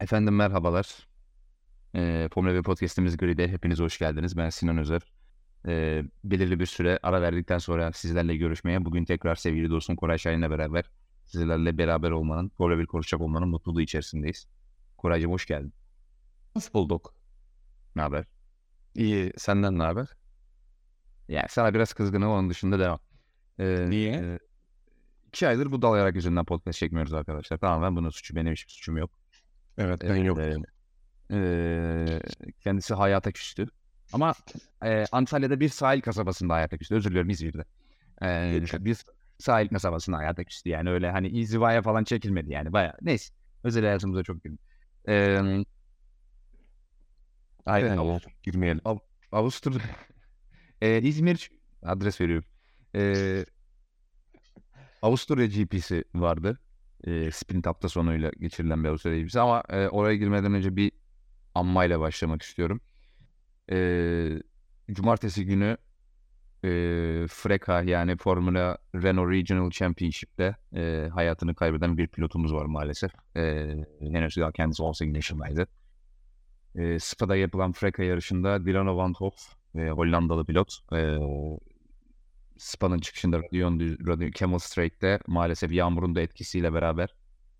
Efendim merhabalar. Formula 1 Podcast'imiz Grid'e hepiniz hoş geldiniz. Ben Sinan Özer. Belirli bir süre ara verdikten sonra sizlerle görüşmeye bugün tekrar sevgili dostum Koray Şahin'le beraber sizlerle beraber olmanın, Formula 1 konuşacak olmanın mutluluğu içerisindeyiz. Koraycığım hoş geldin. Hoş bulduk. Ne haber? İyi. Senden ne haber? Yani sana biraz kızgınım, onun dışında devam. Niye? 2 aydır bu dalayarak yüzünden podcast çekmiyoruz arkadaşlar. Tamamen bunun suçu. Benim hiçbir suçum yok. Evet, ben yok. Kendisi hayata küstü. Ama Antalya'da bir sahil kasabasında hayata küstü. Özür diliyorum, İzmir'de. Bir sahil kasabasında hayata küstü. Yani öyle hani inzivaya falan çekilmedi yani. Bayağı. Neyse. Özel hayatımıza çok girdim. Aynen. Girmeyelim. Avusturya. İzmir adres veriyorum. Ee, Avusturya GP'si vardı. Sprint hafta sonuyla geçirilen bir Avusturya GP'si. Ama oraya girmeden önce bir anmayla başlamak istiyorum. Cumartesi günü FRECA yani Formula Renault Regional Championship'te hayatını kaybeden bir pilotumuz var maalesef. Henüz daha kendisi 18 yaşındaydı. Spa'da yapılan FRECA yarışında Dylan van Hoff, Hollandalı pilot, Spa'nın çıkışında Camel Straight'te maalesef yağmurun da etkisiyle beraber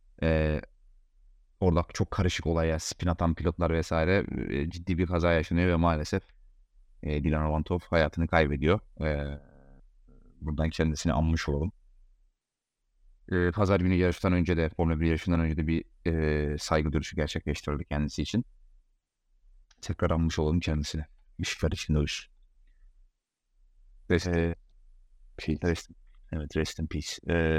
orada çok karışık olaya, spin atan pilotlar vesaire ciddi bir kaza yaşanıyor ve maalesef Dylan van Hoff hayatını kaybediyor. Buradan kendisini anmış olalım. Pazar günü yarıştan önce de, Formula 1 yarışından önce de bir saygı duruşu gerçekleştirildi kendisi için. Tekrar anmış olalım kendisini. Işıklar içinde uyusun. Rest in peace.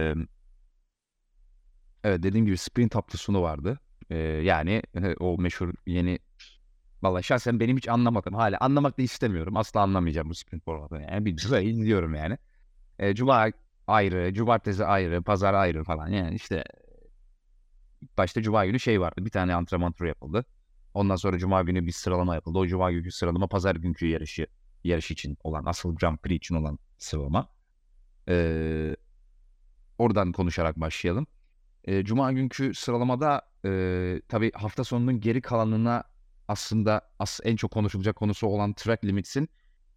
Evet, dediğim gibi sprint hafta sonu vardı. Yani o meşhur yeni... Vallahi şahsen benim hiç anlamadım. Hala anlamak da istemiyorum. Asla anlamayacağım bu sprint formatını. Yani bir süre izliyorum yani. Cuma ayrı, cumartesi ayrı, pazar ayrı falan. Yani işte ilk başta cuma günü şey vardı. Bir tane antrenman turu yapıldı. Ondan sonra cuma günü bir sıralama yapıldı. O cuma günkü sıralama pazar günkü yarış için olan, asıl Grand Prix için olan sıralama. Oradan konuşarak başlayalım. Cuma günkü sıralamada tabii hafta sonunun geri kalanına aslında en çok konuşulacak konusu olan track limits'in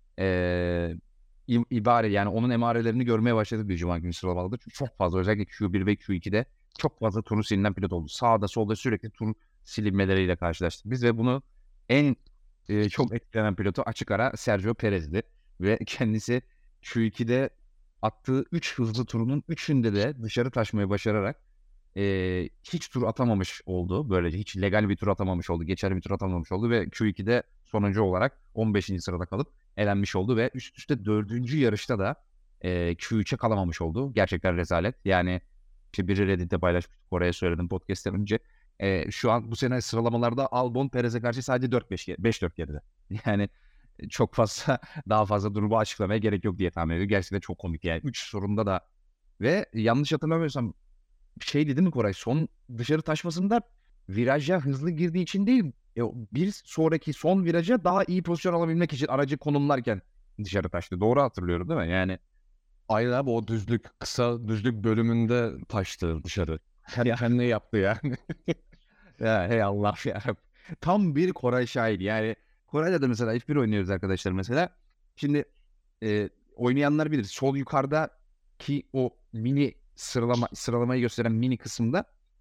ibare, yani onun emarelerini görmeye başladık bir cuma günü sıralamalarda. Çünkü çok fazla, özellikle Q1 ve Q2'de çok fazla turu silinen pilot oldu. Sağda solda sürekli tur silinmeleriyle karşılaştık biz ve bunu en çok etkilenen pilotu açık ara Sergio Perez'di. Ve kendisi Q2'de attığı 3 hızlı turunun 3'ünde de dışarı taşmayı başararak hiç tur atamamış oldu. Böylece hiç legal bir tur atamamış oldu. Geçerli bir tur atamamış oldu ve Q2'de sonuncu olarak 15. sırada kalıp elenmiş oldu ve üst üste 4. yarışta da Q3'e kalamamış oldu. Gerçekten rezalet. Yani işte biri Reddit'te paylaşmıştık. Oraya söyledim podcast'ten önce. Şu an bu sene sıralamalarda Albon Perez'e karşı sadece 5-4 geride. Yani çok fazla daha fazla durumu açıklamaya gerek yok diye tahmin ediyorum. Gerçekten çok komik yani. 3 sorunda da ve yanlış hatırlamıyorsam şey dedi mi Koray? Son dışarı taşmasında viraja hızlı girdiği için değil, bir sonraki son viraja daha iyi pozisyon alabilmek için aracı konumlarken dışarı taştı. Doğru hatırlıyorum değil mi? Yani Aynen abi, o kısa düzlük bölümünde taştı dışarı. Ne yaptı yani? ya hey Allah ya. Tam bir Koray Şahin. Yani Koray'da da mesela F1 oynuyoruz arkadaşlar mesela. Şimdi oynayanlar bilir. Sol yukarıda ki o mini sıralamayı gösteren mini kısımda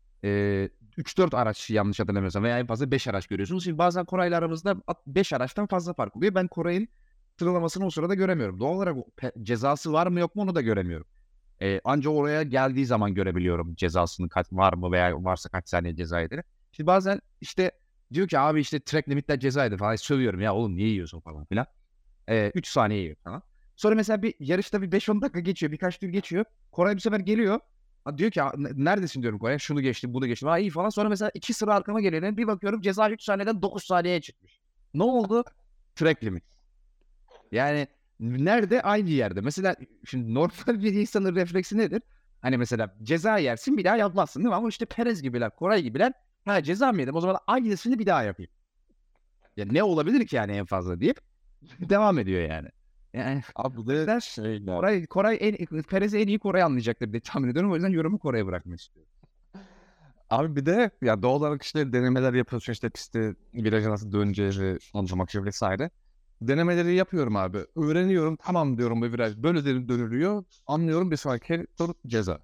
3-4 araç yanlış hatırlamıyorsam veya en fazla 5 araç görüyorsunuz. Şimdi bazen Koray'la aramızda 5 araçtan fazla fark oluyor. Ben Koray'ın sıralamasını o sırada göremiyorum. Doğal olarak cezası var mı yok mu onu da göremiyorum. Ancak oraya geldiği zaman görebiliyorum cezasının var mı veya varsa kaç saniye ceza yediğini. Şimdi bazen işte diyor ki abi işte track limitler ceza yedi falan. Sövüyorum ya oğlum niye yiyorsun falan filan. 3 saniye yiyor falan. Sonra mesela bir yarışta bir 5-10 dakika geçiyor. Birkaç tur geçiyor. Koray bir sefer geliyor. Diyor ki neredesin diyorum Koray. Şunu geçtim bunu geçtim. Ha iyi falan. Sonra mesela 2 sıra arkama geliyor. Bir bakıyorum ceza 3 saniyeden 9 saniyeye çıkmış. Ne oldu? Track limit. Yani nerede? Aynı yerde. Mesela şimdi normal bir insanın refleksi nedir? Hani mesela ceza yersin bir daha yapmazsın değil mi? Ama işte Perez gibiler, Koray gibiler. Ha ceza mı yedim? O zaman aynısını bir daha yapayım. Ya ne olabilir ki yani en fazla deyip devam ediyor yani. Yani Abi bu da şeyler. Perez'i en iyi Koray anlayacaktır diye tahmin ediyorum. O yüzden yorumu Koray'a bırakmak istiyorum. Abi bir de ya doğal olarak işte denemeler yapıyorsun, işte pistte viraja nasıl döneceğini anlamak için vesaire. Denemeleri yapıyorum abi. Öğreniyorum. Tamam diyorum, bu viraj böyle dönülüyor. Anlıyorum, bir sonraki tur ceza.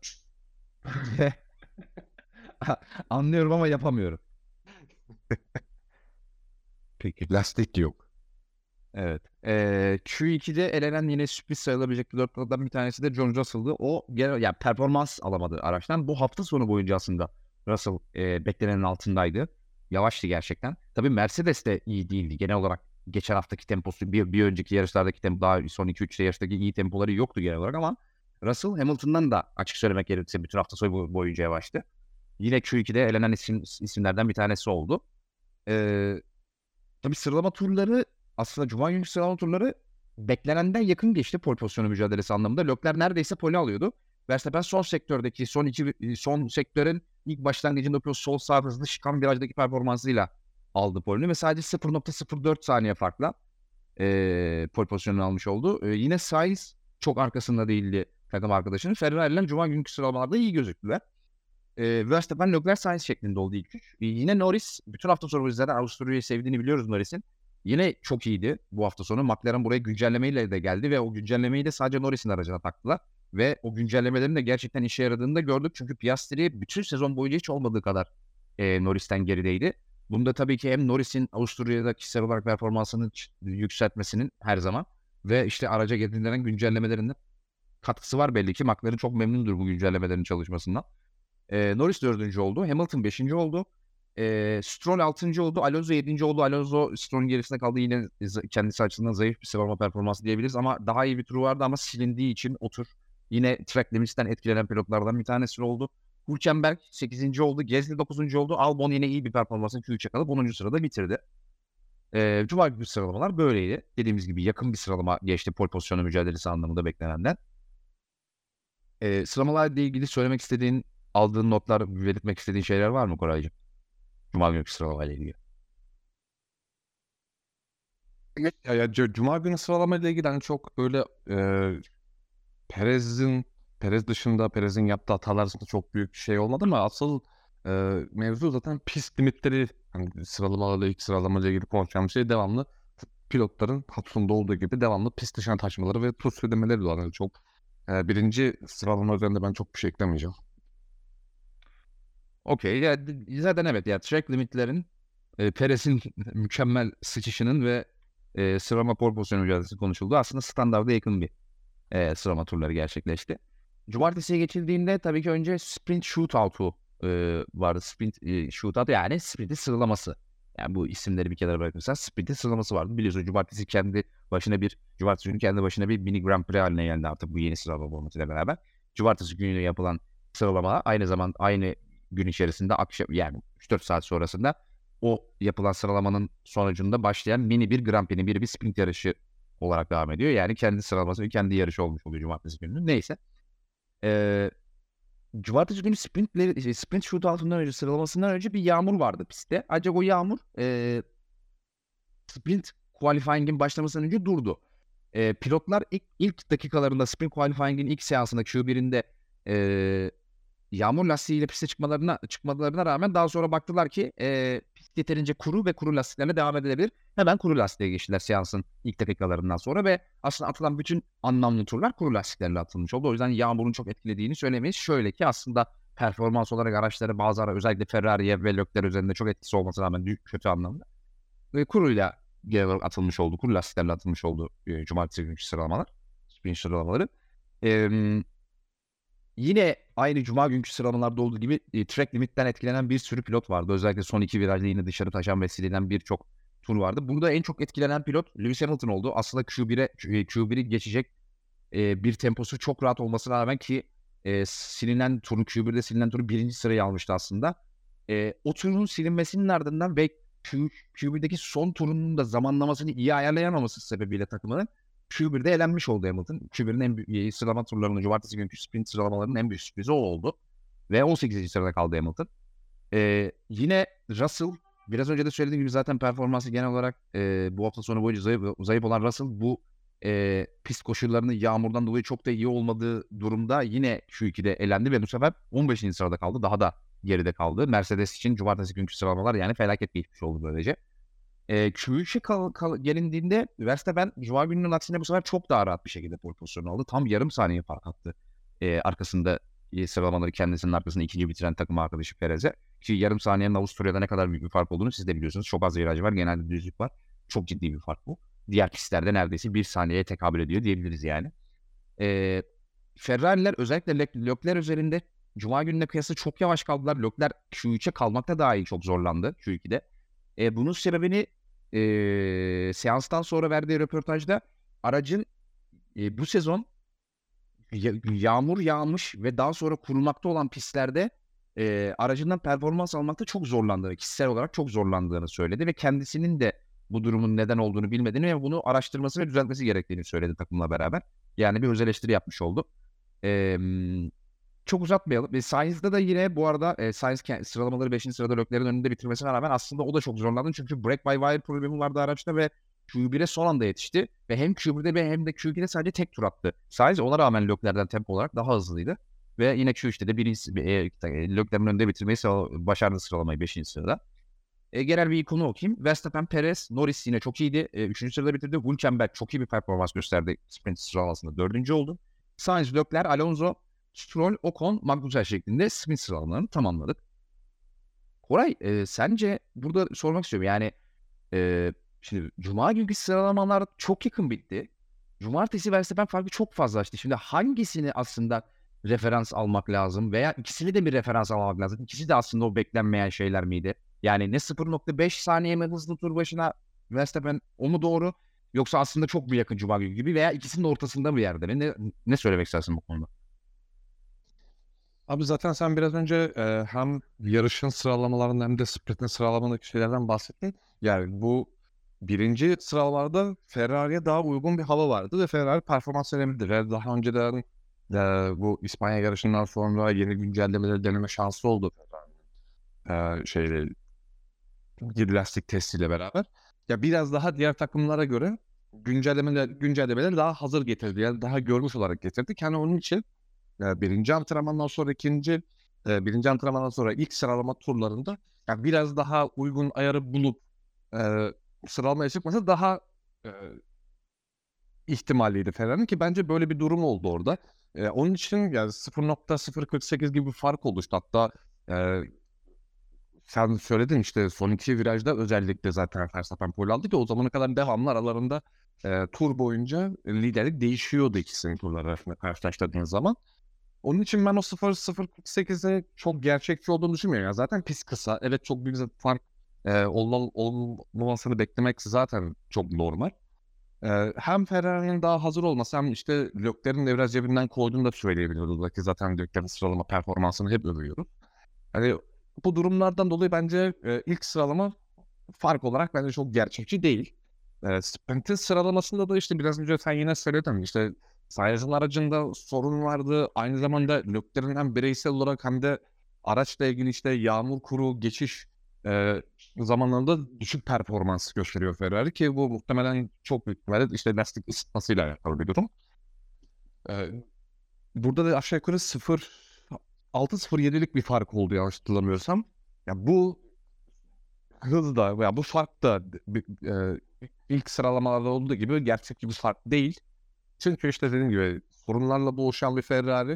Anlıyorum ama yapamıyorum. Peki. Lastik yok. Evet. Q2'de elenen yine sürpriz sayılabilecek pilotlardan bir tanesi de George Russell'dı. O genel yani performans alamadı araçtan. Bu hafta sonu boyunca aslında Russell beklenenin altındaydı. Yavaştı gerçekten. Tabii Mercedes de iyi değildi. Genel olarak geçen haftaki temposu bir önceki yarışlardaki tempo, daha son 2-3 yarıştaki iyi tempoları yoktu genel olarak ama Russell Hamilton'dan da açık söylemek gerekirse bütün hafta sonu boyunca yavaştı. Yine Q2'de elenen isimlerden bir tanesi oldu. Ee, tabii sıralama turları aslında Cuma günkü sıralama turları beklenenden yakın geçti pole pozisyonu mücadelesi anlamında. Leclerc neredeyse pole alıyordu. Verstappen son sektördeki son sektörün ilk başlangıcında o sol sağ hızlı çıkan virajdaki performansıyla aldı pole'ünü ve sadece 0.04 saniye farkla pole pozisyonunu almış oldu. Yine Sainz çok arkasında değildi takım arkadaşının. Ferrari'ler Cuma günkü sıralamalarda iyi gözüktüler. Verstappen, Leclerc, Sainz şeklinde oldu ilk üç. Yine Norris, bütün hafta sonu zaten Avusturya'yı sevdiğini biliyoruz Norris'in. Yine çok iyiydi bu hafta sonu. McLaren buraya güncellemeyle de geldi ve o güncellemeyi de sadece Norris'in aracına taktılar. Ve o güncellemelerin de gerçekten işe yaradığını da gördük. Çünkü Piastri bütün sezon boyunca hiç olmadığı kadar Norris'ten gerideydi. Bunda tabii ki hem Norris'in Avusturya'da kişisel olarak performansını yükseltmesinin her zaman ve işte araca getirilen güncellemelerinin katkısı var belli ki. McLaren çok memnundur bu güncellemelerin çalışmasından. Norris 4. oldu. Hamilton 5. oldu. Stroll 6. oldu. Alonso 7. oldu. Alonso Stroll'ün gerisinde kaldı. Yine kendisi açısından zayıf bir sıralama performansı diyebiliriz. Ama daha iyi bir turu vardı ama silindiği için o tur yine track limits'ten etkilenen pilotlardan bir tanesi oldu. Hülkenberg 8. oldu. Gasly 9. oldu. Albon yine iyi bir performansla Q3'e kalıp 10. sırada bitirdi. Cuma günü sıralamalar böyleydi. Dediğimiz gibi yakın bir sıralama geçti pole pozisyonu mücadelesi anlamında beklenenden. Sıralamalarla ilgili söylemek istediğin, aldığın notlar, belirtmek istediğin şeyler var mı Koraycığım? Cuma günkü sıralamayla ilgili. Cuma günü sıralama ile ilgili hani çok böyle Perez dışında Perez'in yaptığı hatalar dışında çok büyük bir şey olmadı ama asıl mevzu zaten pist limitleri. Hani sıralamalarla ilk sıralamayla ilgili konuşacağım şey devamlı pilotların haftasında olduğu gibi devamlı pist dışına taşmaları ve tur sürdemeleri var. Yani çok birinci sıralama üzerinde ben çok bir şey eklemeyeceğim. Okey. Ya, zaten evet ya track limitlerin Perez'in mükemmel sıçışının ve sıralama pole pozisyonu mücadelesi konuşuldu. Aslında standarda yakın bir sıralama turları gerçekleşti. Cumartesiye geçildiğinde tabii ki önce sprint shootout'u vardı. Sprint shootout yani sprintin sıralaması. Yani bu isimleri bir kenara bırakırsan sprintin sıralaması vardı. Biliyorsun cumartesi günü kendi başına bir mini Grand Prix haline geldi artık bu yeni sıralama olmasıyla beraber. Cumartesi günü yapılan sıralama aynı gün içerisinde akşam yani 3-4 saat sonrasında o yapılan sıralamanın sonucunda başlayan mini bir Grand Prix, bir sprint yarışı olarak devam ediyor. Yani kendi sıralaması ve kendi yarışı olmuş oluyor cumartesi günü. Neyse. Ee, cumartesi günü sprint shootout'undan önce, sıralamasından önce bir yağmur vardı pistte. Ancak o yağmur sprint qualifying'in başlamasından önce durdu. Pilotlar ilk dakikalarında sprint qualifying'in ilk seansında Q1'inde yağmur lastiğiyle piste çıkmalarına rağmen daha sonra baktılar ki pist yeterince kuru ve kuru lastiklerle devam edilebilir. Hemen kuru lastiğe geçtiler seansın ilk dakikalarından sonra ve aslında atılan bütün anlamlı turlar kuru lastiklerle atılmış oldu. O yüzden yağmurun çok etkilediğini söylemeyiz. Şöyle ki aslında performans olarak araçları bazı özellikle Ferrari'ye ve Leclerc üzerinde çok etkisi olmasına rağmen büyük kötü anlamda. Ve kuruyla genel olarak atılmış oldu. Kuru lastiklerle atılmış oldu cumartesi günkü sıralamalar. Sprint sıralamaları. Yine aynı cuma günkü sıralamalarda olduğu gibi track limitten etkilenen bir sürü pilot vardı. Özellikle son iki virajda yine dışarı taşan ve silinen birçok tur vardı. Burada en çok etkilenen pilot Lewis Hamilton oldu. Aslında Q1'i geçecek bir temposu çok rahat olmasına rağmen ki Q1'de silinen turu birinci sırayı almıştı aslında. O turun silinmesinin ardından ve Q1'deki son turunun da zamanlamasını iyi ayarlayamaması sebebiyle takımının Q1'de elenmiş oldu Hamilton. Q1'in en büyük sıralama turlarının cumartesi günkü sprint sıralamalarının en büyük sürprizi o oldu. Ve 18. sırada kaldı Hamilton. Yine Russell biraz önce de söylediğim gibi zaten performansı genel olarak bu hafta sonu boyunca zayıf olan Russell bu pist koşullarının yağmurdan dolayı çok da iyi olmadığı durumda yine Q2'de elendi ve bu sefer 15. sırada kaldı. Daha da geride kaldı. Mercedes için cumartesi günkü sıralamalar yani felaket geçmiş oldu böylece. Q3'e gelindiğinde Verstappen Cuma gününün aksine bu sefer çok daha rahat bir şekilde pole pozisyonu aldı. Tam yarım saniye fark attı. Arkasında sıralamaları kendisinin arkasında ikinci bitiren takım arkadaşı Perez'e. Ki yarım saniyenin Avusturya'da ne kadar büyük bir fark olduğunu siz de biliyorsunuz. Çok az viraj var. Genelde düzlük var. Çok ciddi bir fark bu. Diğer pistlerde neredeyse bir saniyeye tekabül ediyor diyebiliriz yani. Ferrari'ler özellikle Leclerc üzerinde Cuma gününe kıyasla çok yavaş kaldılar. Leclerc Q3'e kalmakta dahi çok zorlandı Q2'de. Bunun sebebini seanstan sonra verdiği röportajda aracın bu sezon yağmur yağmış ve daha sonra kurumakta olan pistlerde aracından performans almakta çok zorlandığını, kişisel olarak çok zorlandığını söyledi ve kendisinin de bu durumun neden olduğunu bilmediğini ve bunu araştırması ve düzeltmesi gerektiğini söyledi takımla beraber. Yani bir öz eleştiri yapmış oldu. Çok uzatmayalım. Sainz'da da yine bu arada Sainz sıralamaları 5. sırada Leclerc'in önünde bitirmesine rağmen aslında o da çok zorlandı. Çünkü brake by wire problemi vardı araçta ve Q1'e son anda yetişti. Ve hem Q1'de hem de Q2'de sadece tek tur attı. Sainz ona rağmen Leclerc'den tempo olarak daha hızlıydı. Ve yine Q3'te de Leclerc'in önünde bitirmeyi başardı sıralamayı 5. sırada. Genel bir ikonu okuyayım. Verstappen, Perez, Norris yine çok iyiydi. 3. sırada bitirdi. Hülkenberg çok iyi bir performans gösterdi. Sprint sıralamasında 4. oldu. Sainz, Leclerc, Alonso, Stroll, Ocon, Magnussen şeklinde sprint sıralamalarını tamamladık. Koray, sence burada sormak istiyorum. Yani şimdi Cuma günkü sıralamalar çok yakın bitti. Cumartesi Verstappen farkı çok fazlalaştı. Şimdi hangisini aslında referans almak lazım veya ikisini de mi referans almak lazım? İkisi de aslında o beklenmeyen şeyler miydi? Yani ne 0.5 saniye mi hızlı tur başına Verstappen o mu doğru? Yoksa aslında çok mu yakın Cuma günü gibi veya ikisinin ortasında bir yerde mi? Ne söylemek istersin bu konuda? Abi zaten sen biraz önce hem yarışın sıralamalarından hem de sprintin sıralamadaki şeylerden bahsettin. Yani bu birinci sıralarda Ferrari'ye daha uygun bir hava vardı ve Ferrari performans önemlidir. Ve daha önceden bu İspanya yarışından sonra yeni güncellemeleri deneme şansı oldu Ferrari'nin. Şeyle lastik testiyle beraber. Ya biraz daha diğer takımlara göre güncellemeleri daha hazır getirdi. Yani daha görmüş olarak getirdi. Yani onun için birinci antrenmandan sonra birinci antrenmandan sonra ilk sıralama turlarında yani biraz daha uygun ayarı bulup sıralamaya çıkması daha e, ihtimalliydi Ferrari'nin ki bence böyle bir durum oldu orada. Onun için yani 0.048 gibi bir fark oluştu. Hatta e, sen söyledin işte son iki virajda özellikle zaten Verstappen pole aldı ki o zamana kadar devamlı aralarında tur boyunca liderlik değişiyordu ikisinin turları arasında karşılaştırdığınız zaman. Onun için ben o 0.048'e çok gerçekçi olduğunu düşünmüyorum. Yani zaten pist kısa. Evet çok büyük bir fark olmamasını beklemek zaten çok normal. Hem Ferrari'nin daha hazır olması hem işte Leclerc'in de biraz cebinden koyduğunu da söyleyebiliyoruz. Ki zaten Leclerc'in sıralama performansını hep övüyoruz. Hani bu durumlardan dolayı bence ilk sıralama fark olarak bence çok gerçekçi değil. Sprint'in sıralamasında da işte biraz önce sen yine söyledin. İşte Sainz'ın aracında sorun vardı. Aynı zamanda Leclerc'in hem bireysel olarak hem de araçla ilgili işte yağmur kuru geçiş zamanlarında düşük performans gösteriyor Ferrari ki bu muhtemelen çok büyük ihtimalle işte lastik ısıtmasıyla alakalı bir durum. E, Burada da aşağı yukarı 6-0-7'lik bir fark oldu yanlış hatırlamıyorsam. Ya bu hızda ya bu fark da ilk sıralamalarda olduğu gibi gerçekçi bir fark değil. Çünkü işte dediğim gibi sorunlarla boğuşan bir Ferrari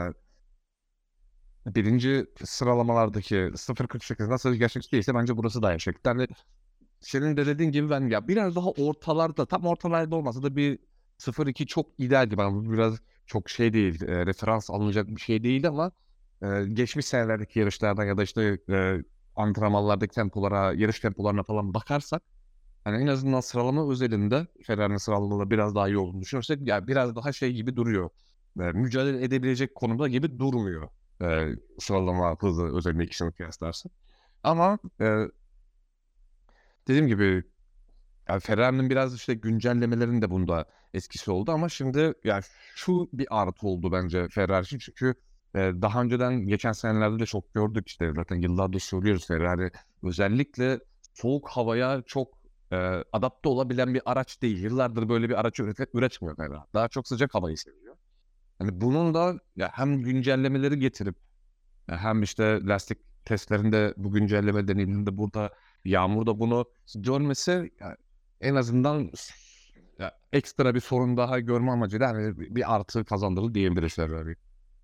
birinci sıralamalardaki 0.48 nasıl gerçekçi değilse bence burası da gerçekçi. Yani senin de dediğin gibi ben ya biraz daha ortalarda tam ortalarda olmasa da bir 0.2 çok idealdi. Ben bu biraz çok şey değil referans alınacak bir şey değil ama geçmiş senelerdeki yarışlardan ya da işte antrenmanlardaki tempolara, yarış tempolarına falan bakarsak hani en azından sıralama özelinde Ferrari'nin sıralamaları biraz daha iyi olduğunu düşünürsek yani biraz daha şey gibi duruyor. Mücadele edebilecek konumda gibi durmuyor. Sıralama hızı özelinde ikisini kıyaslarsak. Ama dediğim gibi yani Ferrari'nin biraz işte güncellemelerin de bunda etkisi oldu ama şimdi yani şu bir artı oldu bence Ferrari için çünkü daha önceden geçen senelerde de çok gördük işte zaten yıllardır söylüyoruz Ferrari özellikle soğuk havaya çok adapte olabilen bir araç değil. Yıllardır böyle bir araç üretmiyor Ferrari. Daha çok sıcak havayı seviyor. Hani bunun da ya hem güncellemeleri getirip hem işte lastik testlerinde bu güncelleme denildiğinde burada Yağmur'da bunu görmesi en azından ekstra bir sorun daha görme amacıyla hani bir artı kazandırır diyebiliriz Ferrari.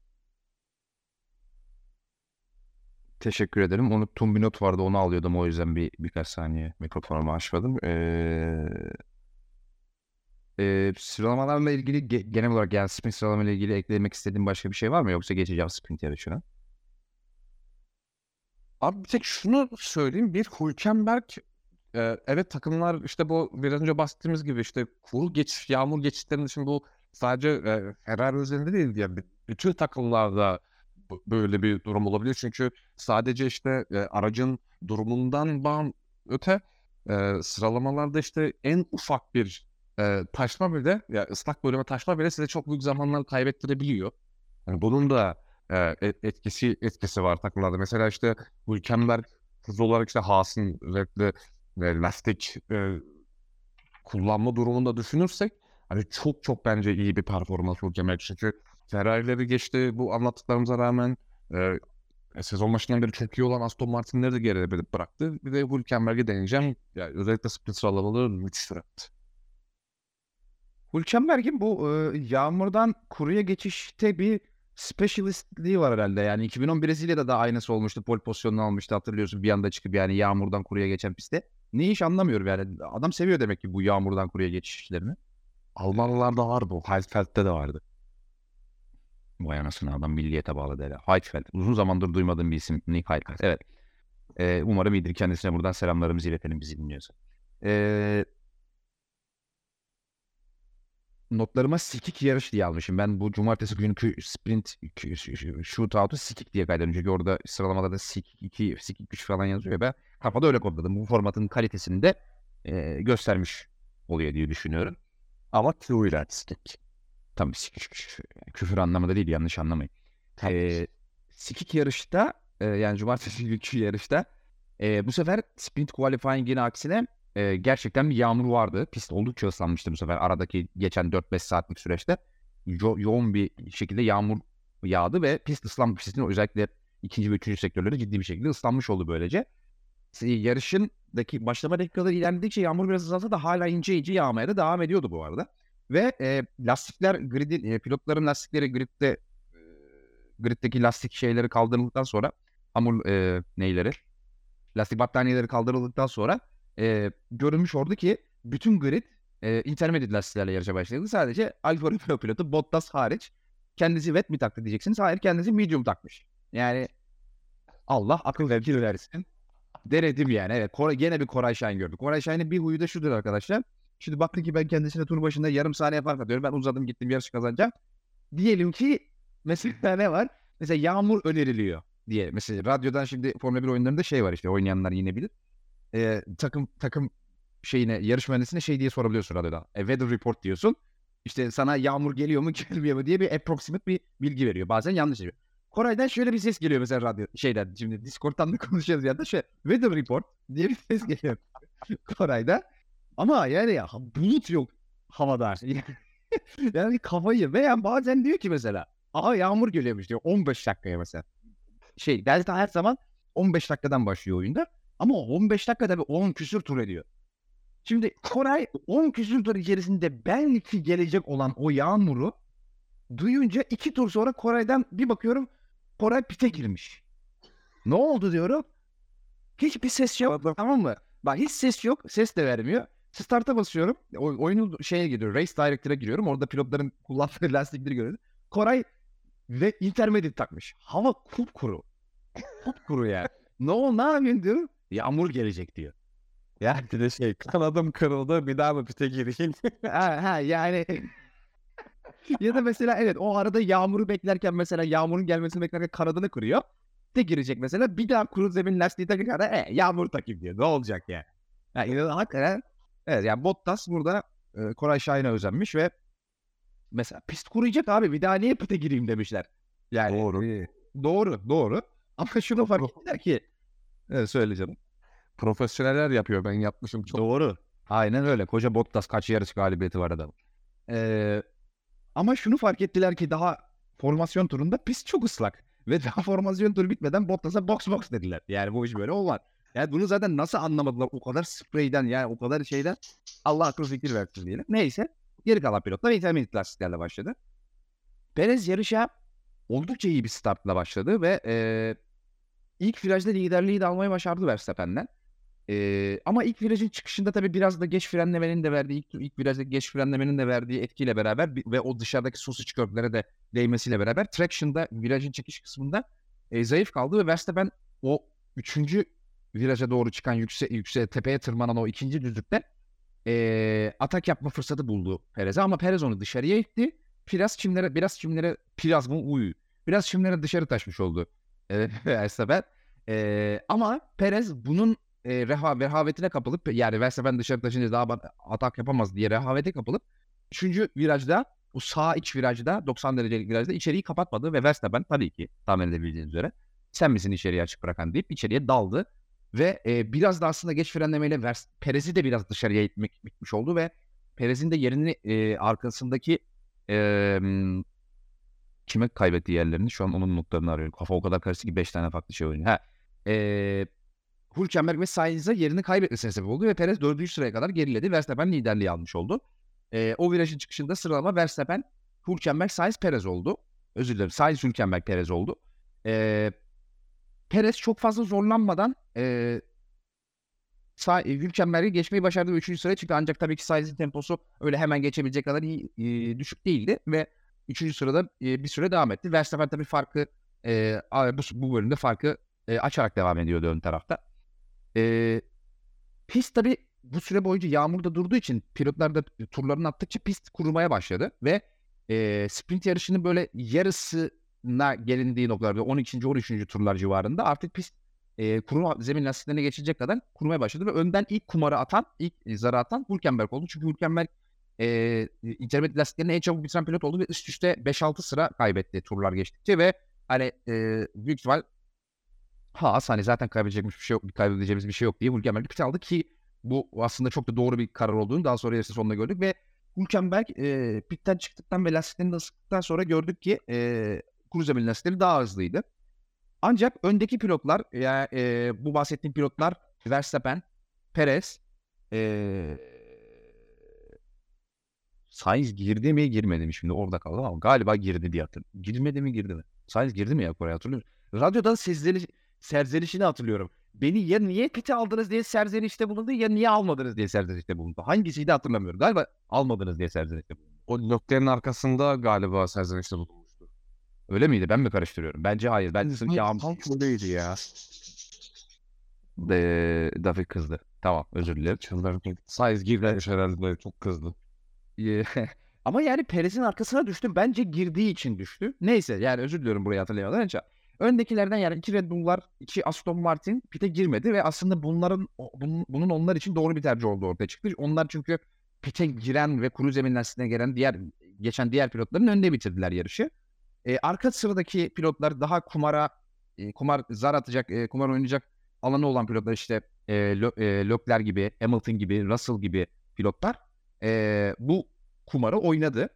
Teşekkür ederim. Unuttuğum bir not vardı. Onu alıyordum. O yüzden birkaç saniye mikrofonumu açmadım. Sıralamalarla ilgili genel olarak yani sprint sıralamalarla ilgili eklemek istediğin başka bir şey var mı? Yoksa geçeceğim sprint yarışına. Abi bir tek şunu söyleyeyim. Bir Hülkenberg evet takımlar işte bu biraz önce bahsettiğimiz gibi işte kuru geçiş, yağmur geçişlerinin için bu sadece Ferrari üzerinde değil yani bütün takımlarda böyle bir durum olabiliyor. Çünkü sadece işte aracın durumundan öte sıralamalarda işte en ufak bir taşma bile ya ıslak bölüme taşma bile size çok büyük zamanlar kaybettirebiliyor. Yani bunun da etkisi var takımlarda. Mesela işte Hülkenberg hız olarak işte Haas'ın özellikle lastik kullanma durumunda düşünürsek hani çok çok bence iyi bir performans Hülkenberg. Çünkü Ferrari'leri geçti bu anlattıklarımıza rağmen sezon başından beri çok iyi olan Aston Martin'leri de geride bıraktı. Bir de Hülkenberg'i deneyeceğim. Yani özellikle sprint sıralamaları müthiş bıraktı. Hülkenberg'in bu yağmurdan kuruya geçişte bir specialistliği var herhalde. Yani 2010 Brezilya'da da aynısı olmuştu. Pole pozisyonunu almıştı hatırlıyorsun. Bir anda çıkıp yani yağmurdan kuruya geçen pistte. Ne iş anlamıyorum yani. Adam seviyor demek ki bu yağmurdan kuruya geçişlerini. Almanlarda var bu. Heidfeld'de de vardı. Vay anasını adam milliyete bağlı dedi. Heidfeld. Uzun zamandır duymadığım bir isim. Nick Heidfeld. Evet. Umarım iyidir. Kendisine buradan selamlarımızı iletelim bizi dinliyorsa. Notlarıma sikik yarış diye almışım. Ben bu cumartesi günkü sprint shootout'u sikik diye kaydettim. Çünkü orada sıralamada da sikik 2, sikik 3 falan yazıyor. Ben kafada öyle kodladım. Bu formatın kalitesini de göstermiş oluyor diye düşünüyorum. Ama Q sikik. Tabii sikik küfür anlamında değil, yanlış anlamayın. Sikik yarışta yani cumartesi günkü yarışta bu sefer sprint qualifying'in aksine gerçekten bir yağmur vardı. Pist oldukça ıslanmıştı bu sefer. Aradaki geçen 4-5 saatlik süreçte yoğun bir şekilde yağmur yağdı ve pist ıslanmış. Pistin özellikle ikinci ve üçüncü sektörleri ciddi bir şekilde ıslanmış oldu böylece. Yarışındaki başlama dakikaları ilerledikçe yağmur biraz azalsa da hala ince ince yağmaya da devam ediyordu bu arada. Ve lastikler gridin, pilotların lastikleri griddeki lastik şeyleri kaldırıldıktan sonra hamur neyleri lastik battaniyeleri kaldırıldıktan sonra görülmüş oldu ki bütün grid intermediate lastiklerle yarışa başladı. Sadece Alfa Romeo pilotu Bottas hariç kendisi wet mi taktı diyeceksiniz. Hayır, kendisi medium takmış. Yani Allah akıl fikir versin. Denedim yani. Evet. Gene bir Koray Şahin gördük. Koray Şahin'in bir huyu da şudur arkadaşlar. Şimdi baktım ki ben kendisine tur başında yarım saniye fark atıyorum. Ben uzadım gittim yarışı kazanacağım. Diyelim ki mesela ne var? Mesela yağmur öneriliyor diye. Mesela radyodan şimdi Formula 1 oyunlarında şey var işte oynayanlar yine bilir. Takım şeyine yarış mühendisine şey diye sorabiliyorsun radyodan. Weather report diyorsun. İşte sana yağmur geliyor mu gelmiyor mu diye bir approximate bir bilgi veriyor. Bazen yanlış veriyor. Koray'dan şöyle bir ses geliyor mesela radyo şeyden. Şimdi Discord'dan da konuşuyoruz ya da şey weather report diye bir ses geliyor Koray'da. Ama yani ya bulut yok havada. Yani kafayı veya bazen diyor ki mesela aha yağmur geliyormuş diyor 15 dakikaya mesela. Delta her zaman 15 dakikadan başlıyor oyunda. Ama 15 dakika tabii 10 küsür tur ediyor. Şimdi Koray 10 küsür tur içerisinde belki gelecek olan o yağmuru duyunca 2 tur sonra Koray'dan bir bakıyorum Koray pite girmiş. Ne oldu diyorum. Hiçbir ses yok, tamam mı? Bak hiç ses yok. Ses de vermiyor. Start'a basıyorum. Oyunun şeye giriyor. Race Director'a giriyorum. Orada pilotların kullandığı lastikleri görüyorum. Koray ve intermediate takmış. Hava kupkuru. Kupkuru yani. Ne yapıyorsun diyorum. Yağmur gelecek diyor. Yani bir de kanadım kırıldı bir daha mı pite gireyim? Yani ya da mesela evet o arada yağmuru beklerken mesela yağmurun gelmesini beklerken kanadını kırıyor. De girecek mesela bir daha kuru zemin lastiği takınca yağmur takayım diyor. Ne olacak yani? Yani hakikaten evet yani Bottas burada Koray Şahin'e özenmiş ve mesela pist kuruyacak abi bir daha niye pite gireyim demişler. Yani doğru. Ama şunu fark ettiler ki söyleyeceğim. Profesyoneller yapıyor ben yapmışım çok. Doğru. Aynen öyle. Koca Bottas kaç yarış galibiyeti var adam. Ama şunu fark ettiler ki daha formasyon turunda pist çok ıslak. Ve daha formasyon turu bitmeden Bottas'a box dediler. Yani bu iş böyle olmaz. Yani bunu zaten nasıl anlamadılar o kadar spreyden, yani o kadar şeyden, Allah akıl fikir versin diyelim. Neyse, geri kalan pilotlar intermediate lastiklerle başladı. Perez yarışa oldukça iyi bir startla başladı ve ilk virajda liderliği de almayı başardı Verstappen'den. Ama ilk virajın çıkışında tabii biraz da geç frenlemenin de verdiği, ilk virajdaki geç frenlemenin de verdiği etkiyle beraber ve o dışarıdaki sausage köprülere de değmesiyle beraber traction'da virajın çıkış kısmında zayıf kaldı ve Verstappen o 3. viraja doğru çıkan yüksek tepeye tırmanan o 2. düzlükte atak yapma fırsatı buldu Perez'e, ama Perez onu dışarıya itti. Biraz çimlere dışarı taşmış oldu Verstappen. Ama Perez bunun rehavetine kapılıp, yani Verstappen dışarı taşınca daha atak yapamaz diye rehavete kapılıp 3. virajda, bu sağ iç virajda, 90 derecelik virajda içeriği kapatmadı ve Verstappen tabii ki tahmin edebildiğiniz üzere sen misin içeriği açık bırakan deyip içeriye daldı. Ve biraz da aslında geç frenlemeyle Perez'i de biraz dışarıya itmiş oldu ve Perez'in de yerini arkasındaki kime kaybettiği yerlerini şu an onun notlarını arıyorum. Kafa o kadar karıştı ki 5 tane farklı şey oynuyor. Hülkenberg ve Sainz'e yerini kaybetmesine sebep oldu ve Perez 4. sıraya kadar geriledi. Verstappen liderliği almış oldu. O virajın çıkışında sıralama Verstappen, Hülkenberg, Sainz, Perez oldu. Özür dilerim. Sainz, Hülkenberg, Perez oldu. Perez çok fazla zorlanmadan Hülkenberg'i geçmeyi başardı ve 3. sıraya çıktı. Ancak tabii ki Sainz'in temposu öyle hemen geçebilecek kadar düşük değildi ve 3. sırada bir süre devam etti. Verstappen tabii farkı bu bölümde farkı açarak devam ediyordu ön tarafta. Pist tabii bu süre boyunca yağmurda durduğu için pilotlar da turlarını attıkça pist kurumaya başladı ve sprint yarışının böyle yarısına gelindiği noktalarda 12. 13. turlar civarında artık pist kuru zemin lastiklerine geçilecek kadar kurumaya başladı ve önden ilk zarı atan Hülkenberg oldu. Çünkü Hülkenberg intermediate lastiklerini en çabuk bitiren pilot oldu ve üst üste 5-6 sıra kaybetti turlar geçtikçe ve hani büyük ihtimal hani zaten kaybedeceğimiz bir şey yok diye Hülkenberg pit aldı ki bu aslında çok da doğru bir karar olduğunu daha sonra yarışın sonunda gördük ve Hülkenberg pitten çıktıktan ve lastiklerini ısıttıktan sonra gördük ki kuru zemin lastikleri daha hızlıydı. Ancak öndeki pilotlar, bu bahsettiğim pilotlar Verstappen, Perez, Sainz girdi mi girmedi mi, şimdi orada kaldı ama galiba girdi diye hatırlıyorum. Girmedi mi girdi mi? Sainz girdi mi ya Kore'ye, hatırlıyorum. Radyoda serzenişini hatırlıyorum. Beni ya niye pite aldınız diye serzenişte bulundu ya niye almadınız diye serzenişte bulundu. Hangisiydi hatırlamıyorum. Galiba almadınız diye serzenişte bulundu. O Leclerc'in arkasında galiba serzenişte bulunmuştu. Öyle miydi? Ben mi karıştırıyorum? Bence hayır. Ben Sanki öyleydi ya. Dafi kızdı. Tamam, özür dilerim. Çıldırdım. Sainz girdi herhalde, çok kızdı. Ama yani Perez'in arkasına düştü. Bence girdiği için düştü. Neyse, yani özür diliyorum burayı hatırlayamadan önce. Öndekilerden yani 2 Red Bull'lar, 2 Aston Martin pite girmedi ve aslında bunun onlar için doğru bir tercih olduğu ortaya çıktı. Onlar çünkü pite giren ve kuru zemin lastiğine gelen geçen diğer pilotların önünde bitirdiler yarışı. Arka sıradaki pilotlar daha zar atacak, kumar oynayacak alanı olan pilotlar, işte Leclerc gibi, Hamilton gibi, Russell gibi pilotlar bu kumarı oynadı.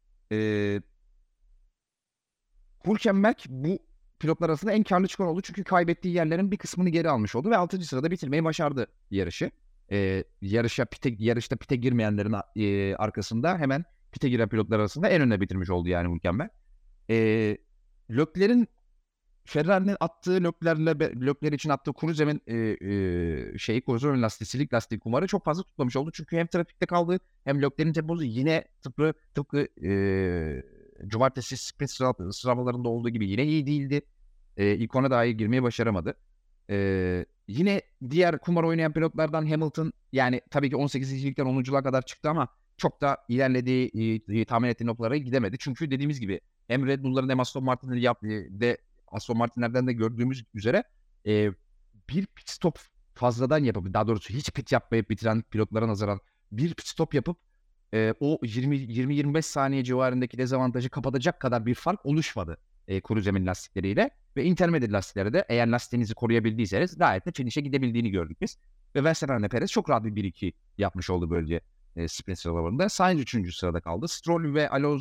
Hülkenberg bu pilotlar arasında en karlı çıkan oldu. Çünkü kaybettiği yerlerin bir kısmını geri almış oldu ve 6. sırada bitirmeyi başardı yarışı. Yarışta pite girmeyenlerin arkasında hemen pite giren pilotlar arasında en önde bitirmiş oldu yani Hülkenberg. Leclerc'in Ferrari'nin attığı Leclerc için attığı kuru zemin kuru zemin lastiği, silik lastiği kumarı çok fazla tutmamış oldu. Çünkü hem trafikte kaldı hem Leclerc'in temposu yine tıpkı cumartesi sprint sıralamalarında olduğu gibi yine iyi değildi. İlk ona dahi girmeye başaramadı. Yine diğer kumar oynayan pilotlardan Hamilton, yani tabii ki 18.likten 10.luğa kadar çıktı ama çok da ilerlediği tahmin ettiği noktalara gidemedi. Çünkü dediğimiz gibi hem Red Bull'ların hem Aston Martin'lerden de gördüğümüz üzere bir pit stop fazladan yapıp, daha doğrusu hiç pit yapmayıp bitiren pilotlara nazaran bir pit stop yapıp o 20-25 saniye civarındaki dezavantajı kapatacak kadar bir fark oluşmadı kuru zemin lastikleriyle ve intermediate lastiklerde de eğer lastiğinizi koruyabildiyseniz gayet de finish'e gidebildiğini gördük biz. Ve Verstappen ve Perez çok rahat bir 1-2 yapmış oldu böylece sprint sıralamalarında. Sainz 3. sırada kaldı. Stroll ve Alonso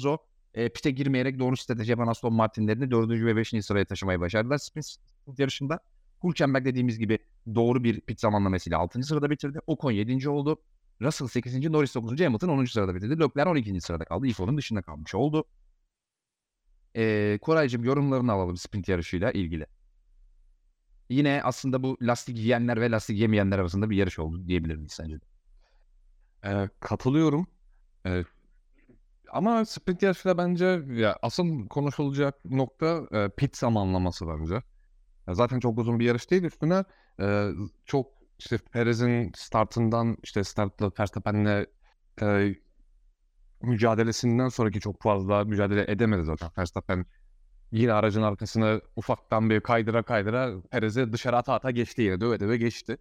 Pite girmeyerek doğru strateji yapan Aston Martin'lerini 4. ve 5. sıraya taşımayı başardılar sprint yarışında. Hülkenberg dediğimiz gibi doğru bir pit zamanlamasıyla 6. sırada bitirdi. Ocon 7. oldu. Russell 8. Norris 9. Hamilton 10. sırada bitirdi. Leclerc 12. sırada kaldı. İlk onun dışında kalmış oldu. Koraycığım yorumlarını alalım sprint yarışıyla ilgili. Yine aslında bu lastik yiyenler ve lastik yemeyenler arasında bir yarış oldu diyebilir miyiz sence de? Katılıyorum. Ee, Ama sprint yarışında bence ya asıl konuşulacak nokta pit zamanlaması bence. Ya zaten çok uzun bir yarış değil üstüne çok işte Perez'in startından işte startla Verstappen'le e, mücadelesinden sonraki çok fazla mücadele edemedi zaten. Verstappen yine aracın arkasına ufaktan bir kaydıra Perez'i dışarı ata geçti, yine döve döve geçti.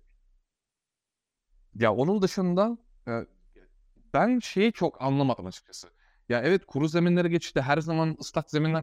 Ya onun dışında ben şeyi çok anlamadım açıkçası. Ya evet, kuru zeminlere geçti. Her zaman ıslak zeminler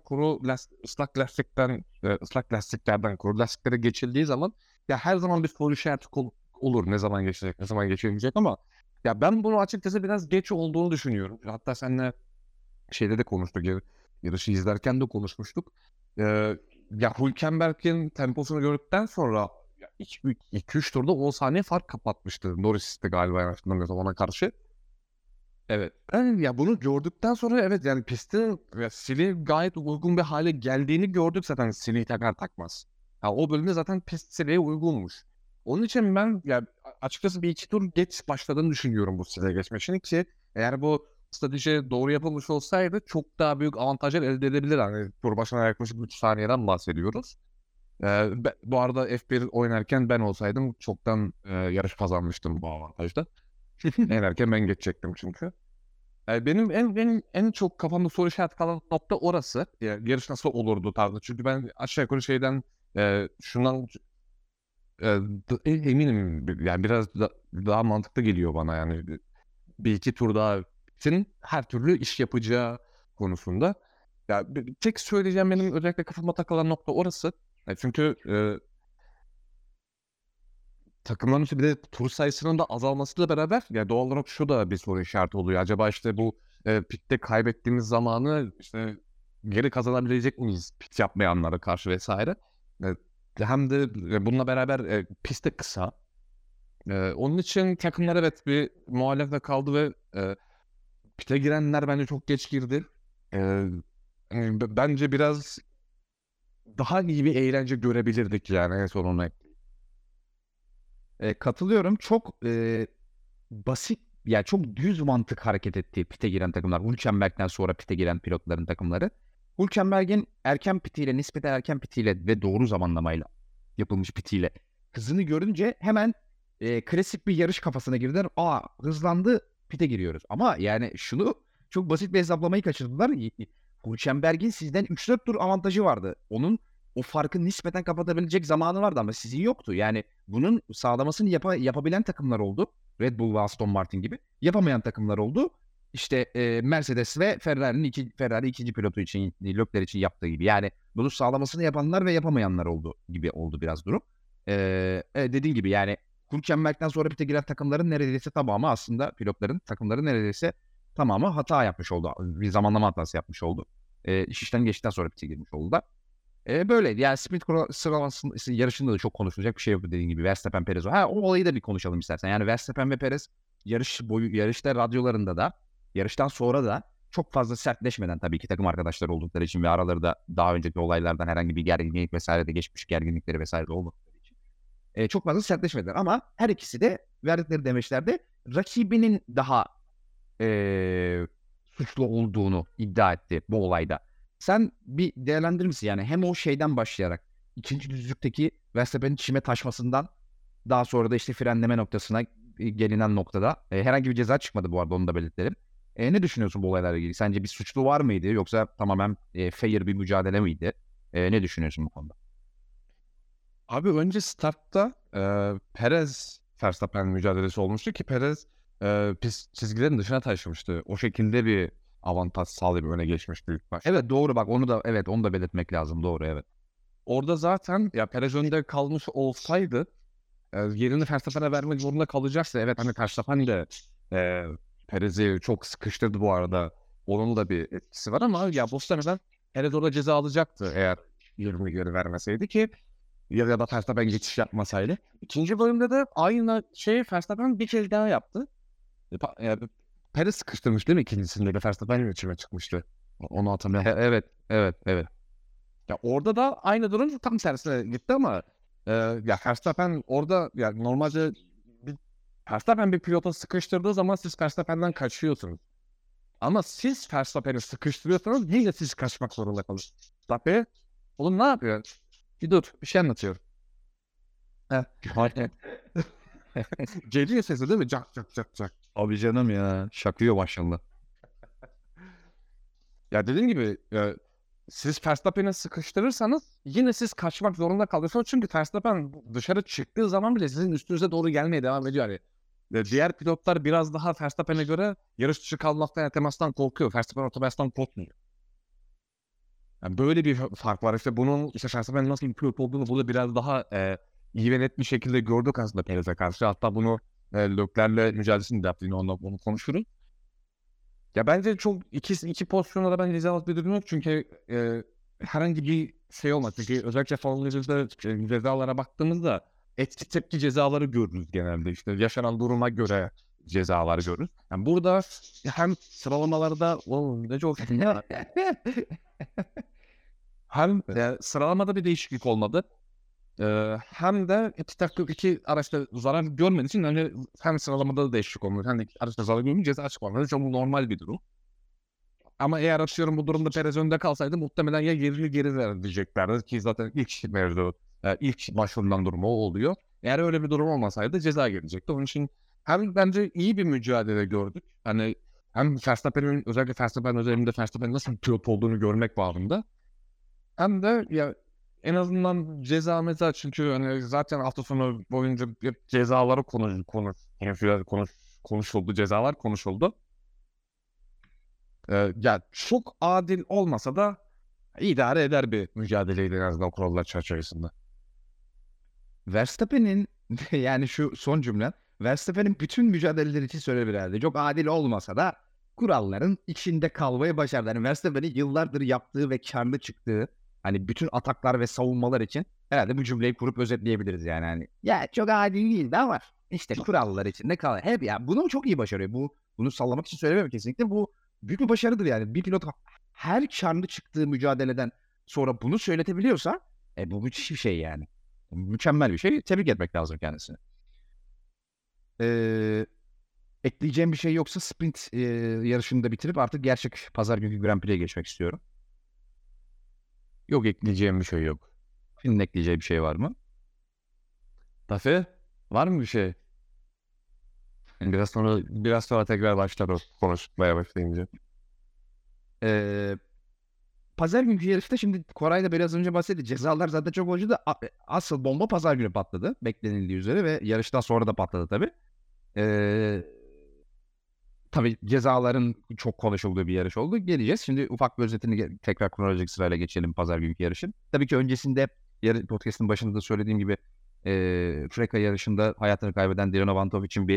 ıslak lastiklerden kuru lastiklere geçildiği zaman ya her zaman bir soru işareti olur. Ne zaman geçecek, ne zaman geçemeyecek, ama ya ben bunu açıkçası biraz geç olduğunu düşünüyorum. Hatta seninle şeyde de konuştuk. Yarışı izlerken de konuşmuştuk. Ya Hülkenberg'in temposunu gördükten sonra 2-3 turda 10 saniye fark kapatmıştı. Norris'te galiba, yanlış hatırlamıyorsam, ona karşı. Evet. Ya bunu gördükten sonra evet, yani pistin sili gayet uygun bir hale geldiğini gördük zaten, sili takar takmaz. Ya o bölümde zaten pist siliye uygunmuş. Onun için ben ya açıkçası bir iki tur geç başladığını düşünüyorum bu sile geçmek için, ki eğer bu strateji doğru yapılmış olsaydı çok daha büyük avantajlar elde edebilir. Hani tur başına yaklaşık 3 saniyeden bahsediyoruz. Bu arada F1 oynarken ben olsaydım çoktan yarış kazanmıştım bu avantajda. En erken ben geçecektim çünkü. Benim en çok kafamda soru işareti kalan nokta orası. Yarış nasıl olurdu tarzı. Çünkü ben aşağı yukarı şeyden şundan eminim, yani biraz daha mantıklı geliyor bana, yani bir iki tur daha bitsin, her türlü iş yapacağı konusunda. Ya tek söyleyeceğim, benim özellikle kafama takılan nokta orası. Çünkü takımların işte bir de tur sayısının da azalmasıyla beraber ya doğal olarak şu da bir soru işareti oluyor. Acaba işte bu pitte kaybettiğimiz zamanı işte geri kazanabilecek miyiz pit yapmayanlara karşı vesaire. Hem de bununla beraber pist de kısa. Onun için takımlar evet bir muhalefete kaldı ve pite girenler bence çok geç girdi. E, Bence biraz daha iyi bir eğlence görebilirdik yani en sonunda. Katılıyorum. Çok basit, yani çok düz mantık hareket ettiği pite giren takımlar. Hülkenberg'den sonra pite giren pilotların takımları. Hülkenberg'in erken pitiyle, nispeten erken pitiyle ve doğru zamanlamayla yapılmış pitiyle hızını görünce hemen klasik bir yarış kafasına girdiler. Aa, hızlandı, pite giriyoruz. Ama yani şunu, çok basit bir hesaplamayı kaçırdılar. Hülkenberg'in sizden 3-4 tur avantajı vardı. Onun o farkı nispeten kapatabilecek zamanı vardı ama sizin yoktu. Yani bunun sağlamasını yapabilen takımlar oldu. Red Bull ve Aston Martin gibi. Yapamayan takımlar oldu. İşte Mercedes ve Ferrari ikinci pilotu için, Leclerc için yaptığı gibi. Yani bunu sağlamasını yapanlar ve yapamayanlar oldu gibi oldu biraz durum. Dediğim gibi yani Hülkenberg'den sonra pite giren takımların neredeyse tamamı, aslında pilotların, takımların neredeyse tamamı hata yapmış oldu. Bir zamanlama hatası yapmış oldu. İş işten geçtikten sonra pite girmiş oldular. Böyleydi. Yani sprint sıralaması yarışında da çok konuşulacak bir şey yoktu dediğin gibi. Verstappen, Perez. Ha, o olayı da bir konuşalım istersen. Yani Verstappen ve Perez yarışta radyolarında da, yarıştan sonra da çok fazla sertleşmeden, tabii ki takım arkadaşları oldukları için ve araları da daha önceki olaylardan herhangi bir gerginlik vesaire de, geçmiş gerginlikleri vesaire de olmadıkları için çok fazla sertleşmediler. Ama her ikisi de verdikleri demeçlerde rakibinin daha suçlu olduğunu iddia etti bu olayda. Sen bir değerlendirir misin? Yani hem o şeyden başlayarak, ikinci düzlükteki Verstappen'in çime taşmasından, daha sonra da işte frenleme noktasına gelinen noktada herhangi bir ceza çıkmadı bu arada, onu da belirtelim. Ne düşünüyorsun bu olaylarla ilgili? Sence bir suçlu var mıydı, yoksa tamamen fair bir mücadele miydi? Ne düşünüyorsun bu konuda? Abi önce startta Perez Verstappen mücadelesi olmuştu ki Perez pist çizgilerin dışına taşımıştı. O şekilde bir avantaj sağlayıp öne geçmişti ilk başta. Evet, doğru, bak onu da belirtmek lazım, doğru, evet. Orada zaten ya Perez önde kalmış olsaydı yerini Verstappen'e vermek zorunda kalacaksa, evet hani Verstappen de Perez'i çok sıkıştırdı bu arada. Onun da bir etkisi var ama ya muhtemelen Perez orada ceza alacaktı eğer 20 geri vermeseydi ki ya da Verstappen geçiş yapmasaydı. İkinci bölümde de aynı şeyi Verstappen bir kez daha yaptı. Perez sıkıştırmış değil mi ikincisinde de Verstappen içime çıkmıştı. Onu hatırlıyorum. Evet. Ya orada da aynı durum tam tersine gitti ama ya Verstappen orada ya normalde Verstappen bir pilota sıkıştırdığı zaman siz Verstappen'den kaçıyorsunuz. Ama siz Verstappen'i sıkıştırıyorsanız yine siz kaçmak zorunda kalıyorsunuz. Tabii. Oğlum ne yapıyor? Bir dur. Bir şey anlatıyorum. Geliyor sesi değil mi? Cak cak cak cak. Abi canım ya. Şakıyor maşallah. Ya dediğim gibi siz Verstappen'i sıkıştırırsanız yine siz kaçmak zorunda kalıyorsunuz. Çünkü Verstappen dışarı çıktığı zaman bile sizin üstünüze doğru gelmeye devam ediyor. Yani diğer pilotlar biraz daha Verstappen'e göre yarış dışı kalmaktan, temastan korkuyor. Verstappen o temastan korkmuyor. Yani böyle bir fark var. İşte bunun Verstappen'in nasıl bir pilot olduğunu burada biraz daha iyi ve net bir şekilde gördük aslında Perez'e karşı. Hatta bunu Leclerc'le mücadelesini de yaptı. Yine onu konuşuruz. Ya bence çok iki pozisyonda da ben cezalık bir durum yok. Çünkü herhangi bir şey olmaz. Çünkü özellikle Formula 1'de cezalara baktığımızda etki tepki cezaları görürüz genelde. İşte yaşanan duruma göre cezalar görürüz. Yani burada hem sıralamalarda ne çok hem sıralamada bir değişiklik olmadı. Hem de iki araçta zarar görmediği için hani hem sıralamada da değişiklik olmadı. Hem de iki araçta zarar görmeyince ceza çıkmadı. Çok normal bir durum. Ama eğer atıyorum bu durumda Perez önde kalsaydı muhtemelen ya yerini geri ver diyeceklerdi ki zaten ilk mevzu, ilk başvurulan durumu o oluyor. Eğer öyle bir durum olmasaydı ceza gelecekti. Onun için hem bence iyi bir mücadele gördük. Hani hem özellikle Verstappen özelinde Verstappen'in nasıl bir pilot olduğunu görmek bağımında. Hem de ya en azından ceza çünkü hani zaten hafta sonu boyunca hep cezaları konuşuldu, cezalar konuşuldu. Ya çok adil olmasa da idare eder bir mücadeleydi en azından kurallar çerçevesinde. Verstappen'in yani şu son cümlen Verstappen'in bütün mücadeleleri için söylenebilir herhalde. Çok adil olmasa da kuralların içinde kalmayı başardı. Yani Verstappen'in yıllardır yaptığı ve karlı çıktığı hani bütün ataklar ve savunmalar için herhalde bu cümleyi kurup özetleyebiliriz yani. Hani, ya çok adil değildi ama işte kurallar içinde kalır. Hep ya bunu çok iyi başarıyor. Bunu sallamak için söylemiyorum kesinlikle. Bu büyük bir başarıdır yani. Bir pilot her karlı çıktığı mücadeleden sonra bunu söyletebiliyorsa bu müthiş bir şey yani. Mükemmel bir şey. Tebrik etmek lazım kendisini. Ekleyeceğim bir şey yoksa sprint yarışını da bitirip artık gerçek pazar günkü Grand Prix'e geçmek istiyorum. Yok ekleyeceğim bir şey yok. Senin ekleyeceği bir şey var mı? Tafe var mı bir şey? Biraz sonra tekrar başlar o konuşmaya başlayınca. Pazar günkü yarışta şimdi Koray da biraz önce bahsetti. Cezalar zaten çok hoştu. Asıl bomba pazar günü patladı. Beklenildiği üzere ve yarıştan sonra da patladı tabii. Tabii cezaların çok konuşulduğu bir yarış oldu. Geleceğiz. Şimdi ufak bir özetini tekrar kronolojik sırayla geçelim pazar günkü yarışın. Tabii ki öncesinde podcast'ın başında da söylediğim gibi Freka yarışında hayatını kaybeden Dilan Avantov için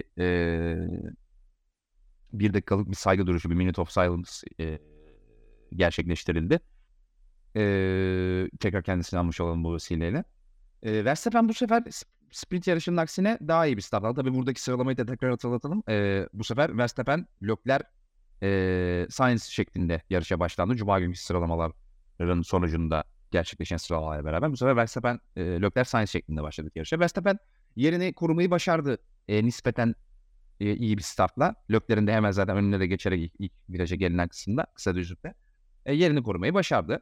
bir dakikalık bir saygı duruşu, bir minute of silence gerçekleştirildi. Tekrar kendisini almış olalım bu vesileyle. Verstappen bu sefer sprint yarışının aksine daha iyi bir start aldı. Tabii buradaki sıralamayı da tekrar hatırlatalım. Bu sefer Verstappen, Leclerc, Sainz şeklinde yarışa başlandı. Cuma günkü sıralamaların sonucunda gerçekleşen sıralamalarla beraber. Bu sefer Verstappen, Leclerc, Sainz şeklinde başladık yarışa. Verstappen yerini korumayı başardı. Nispeten iyi bir startla. Leclerc'in de hemen zaten önüne de geçerek ilk viraja gelinen kısımda, kısa düzlükte yerini korumayı başardı.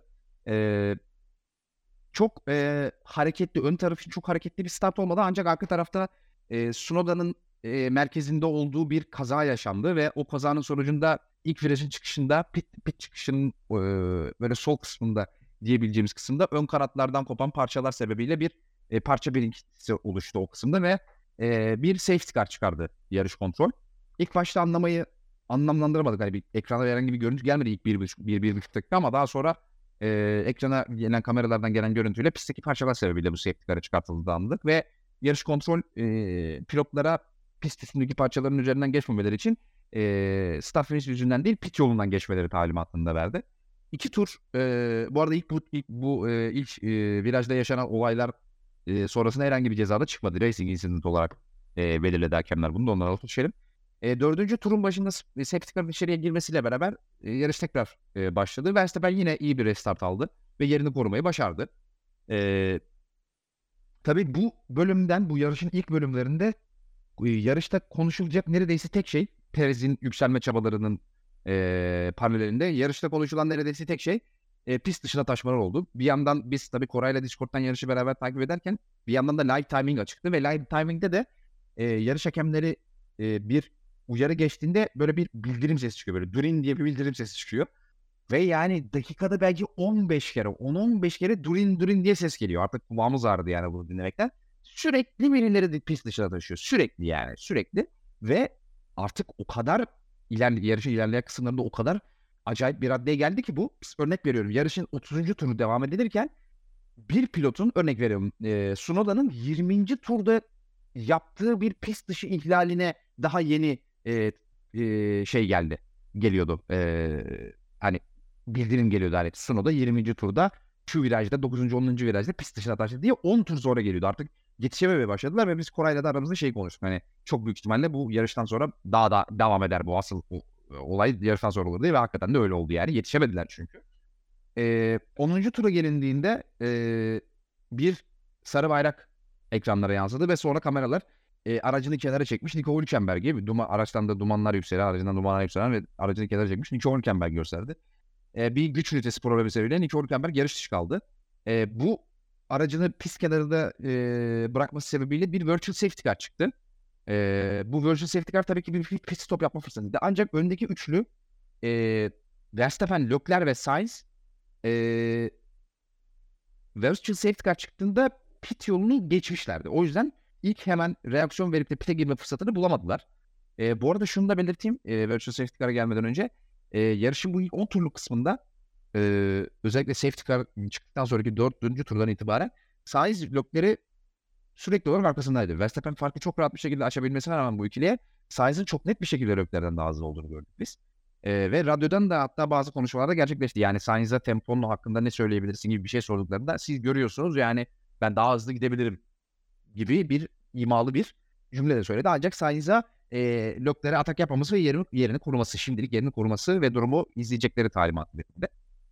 Çok hareketli, ön taraf için çok hareketli bir start olmadı ancak arka tarafta Tsunoda'nın merkezinde olduğu bir kaza yaşandı ve o kazanın sonucunda ilk virajın çıkışında pit çıkışının böyle sol kısmında diyebileceğimiz kısımda ön kanatlardan kopan parçalar sebebiyle bir parça birinkisi oluştu o kısımda ve bir safety car çıkardı yarış kontrol. İlk başta anlamlandıramadık. Hani bir ekrana herhangi bir görüntü gelmedi ilk 1,5 dakika ama daha sonra ekrana gelen kameralardan gelen görüntüyle pistteki parçalar sebebiyle bu safety car'a çıkartıldığını anladık ve yarış kontrol pilotlara pist üstündeki parçaların üzerinden geçmemeleri için start finish yüzünden değil, pit yolundan geçmeleri talimatını da verdi. 2 tur, bu arada ilk virajda yaşanan olaylar sonrasında herhangi bir ceza da çıkmadı. Racing incident olarak belirledi hakemler bunu da, onlara not düşelim. 4. turun başında safety car'ın içeriye girmesiyle beraber yarış tekrar başladı. Verstappen yine iyi bir restart aldı ve yerini korumayı başardı. Tabii bu yarışın ilk bölümlerinde yarışta konuşulacak neredeyse tek şey, Perez'in yükselme çabalarının paralelinde yarışta konuşulan neredeyse tek şey pist dışına taşmalar oldu. Bir yandan biz tabii Koray'la Discord'dan yarışı beraber takip ederken bir yandan da live timing açıktı ve live timing'de de yarış hakemleri bir uyarı geçtiğinde böyle bir bildirim sesi çıkıyor. Böyle durin diye bir bildirim sesi çıkıyor. Ve yani dakikada belki 15 kere, 10-15 kere durin diye ses geliyor. Artık kulağımız ağrıdı yani bunu dinlemekten. Sürekli birileri de pist dışına taşıyor. Sürekli yani, sürekli. Ve artık o kadar yarışın ilerleyen kısımlarında o kadar acayip bir raddeye geldi ki bu. Örnek veriyorum, yarışın 30. turu devam edilirken bir pilotun, örnek veriyorum, Tsunoda'nın 20. turda yaptığı bir pist dışı ihlaline daha yeni geliyordu. Hani bildirim geliyordu. Hani Tsunoda 20. turda şu virajda, 9. 10. virajda pist dışına taşıdı diye 10 tur sonra geliyordu. Artık yetişememeye başladılar ve biz Koray'la da aramızda konuştuk. Hani çok büyük ihtimalle bu yarıştan sonra daha da devam eder, bu asıl olay yarıştan sonra olur diye, ve hakikaten de öyle oldu yani. Yetişemediler çünkü. 10. tura gelindiğinde bir sarı bayrak ekranlara yansıdı ve sonra kameralar aracını kenara çekmiş Nico Hülkenberg'i, araçtan da dumanlar yükselen ve aracını kenara çekmiş Nico Hülkenberg gösterdi. Bir güç ünitesi problemi sebebiyle Nico Hülkenberg yarış dışı kaldı. Bu aracını pist kenarında bırakması sebebiyle bir virtual safety car çıktı. Bu virtual safety car tabii ki bir pit stop yapma fırsatıydı. Ancak öndeki üçlü Verstappen, Leclerc ve Sainz virtual safety car çıktığında pit yolunu geçmişlerdi. O yüzden ilk hemen reaksiyon verip de pit'e girme fırsatını bulamadılar. Bu arada şunu da belirteyim, virtual safety car'a gelmeden önce. Yarışın bu ilk 10 turluk kısmında özellikle safety car çıktıktan sonraki 4. turdan itibaren Sainz Leclerc'i sürekli olarak arkasındaydı. Verstappen farkı çok rahat bir şekilde aşabilmesine rağmen bu ikiliye Sainz'in çok net bir şekilde Leclerc'den daha hızlı olduğunu gördük biz. Ve radyodan da hatta bazı konuşmalarda gerçekleşti. Yani Sainz'a temponun hakkında ne söyleyebilirsin gibi bir şey sorduklarında, siz görüyorsunuz yani ben daha hızlı gidebilirim gibi bir imalı bir cümle de söyledi. Ancak Sainz'a Leclerc'e atak yapmaması ve yerini koruması, şimdilik yerini koruması ve durumu izleyecekleri talimatı verildi.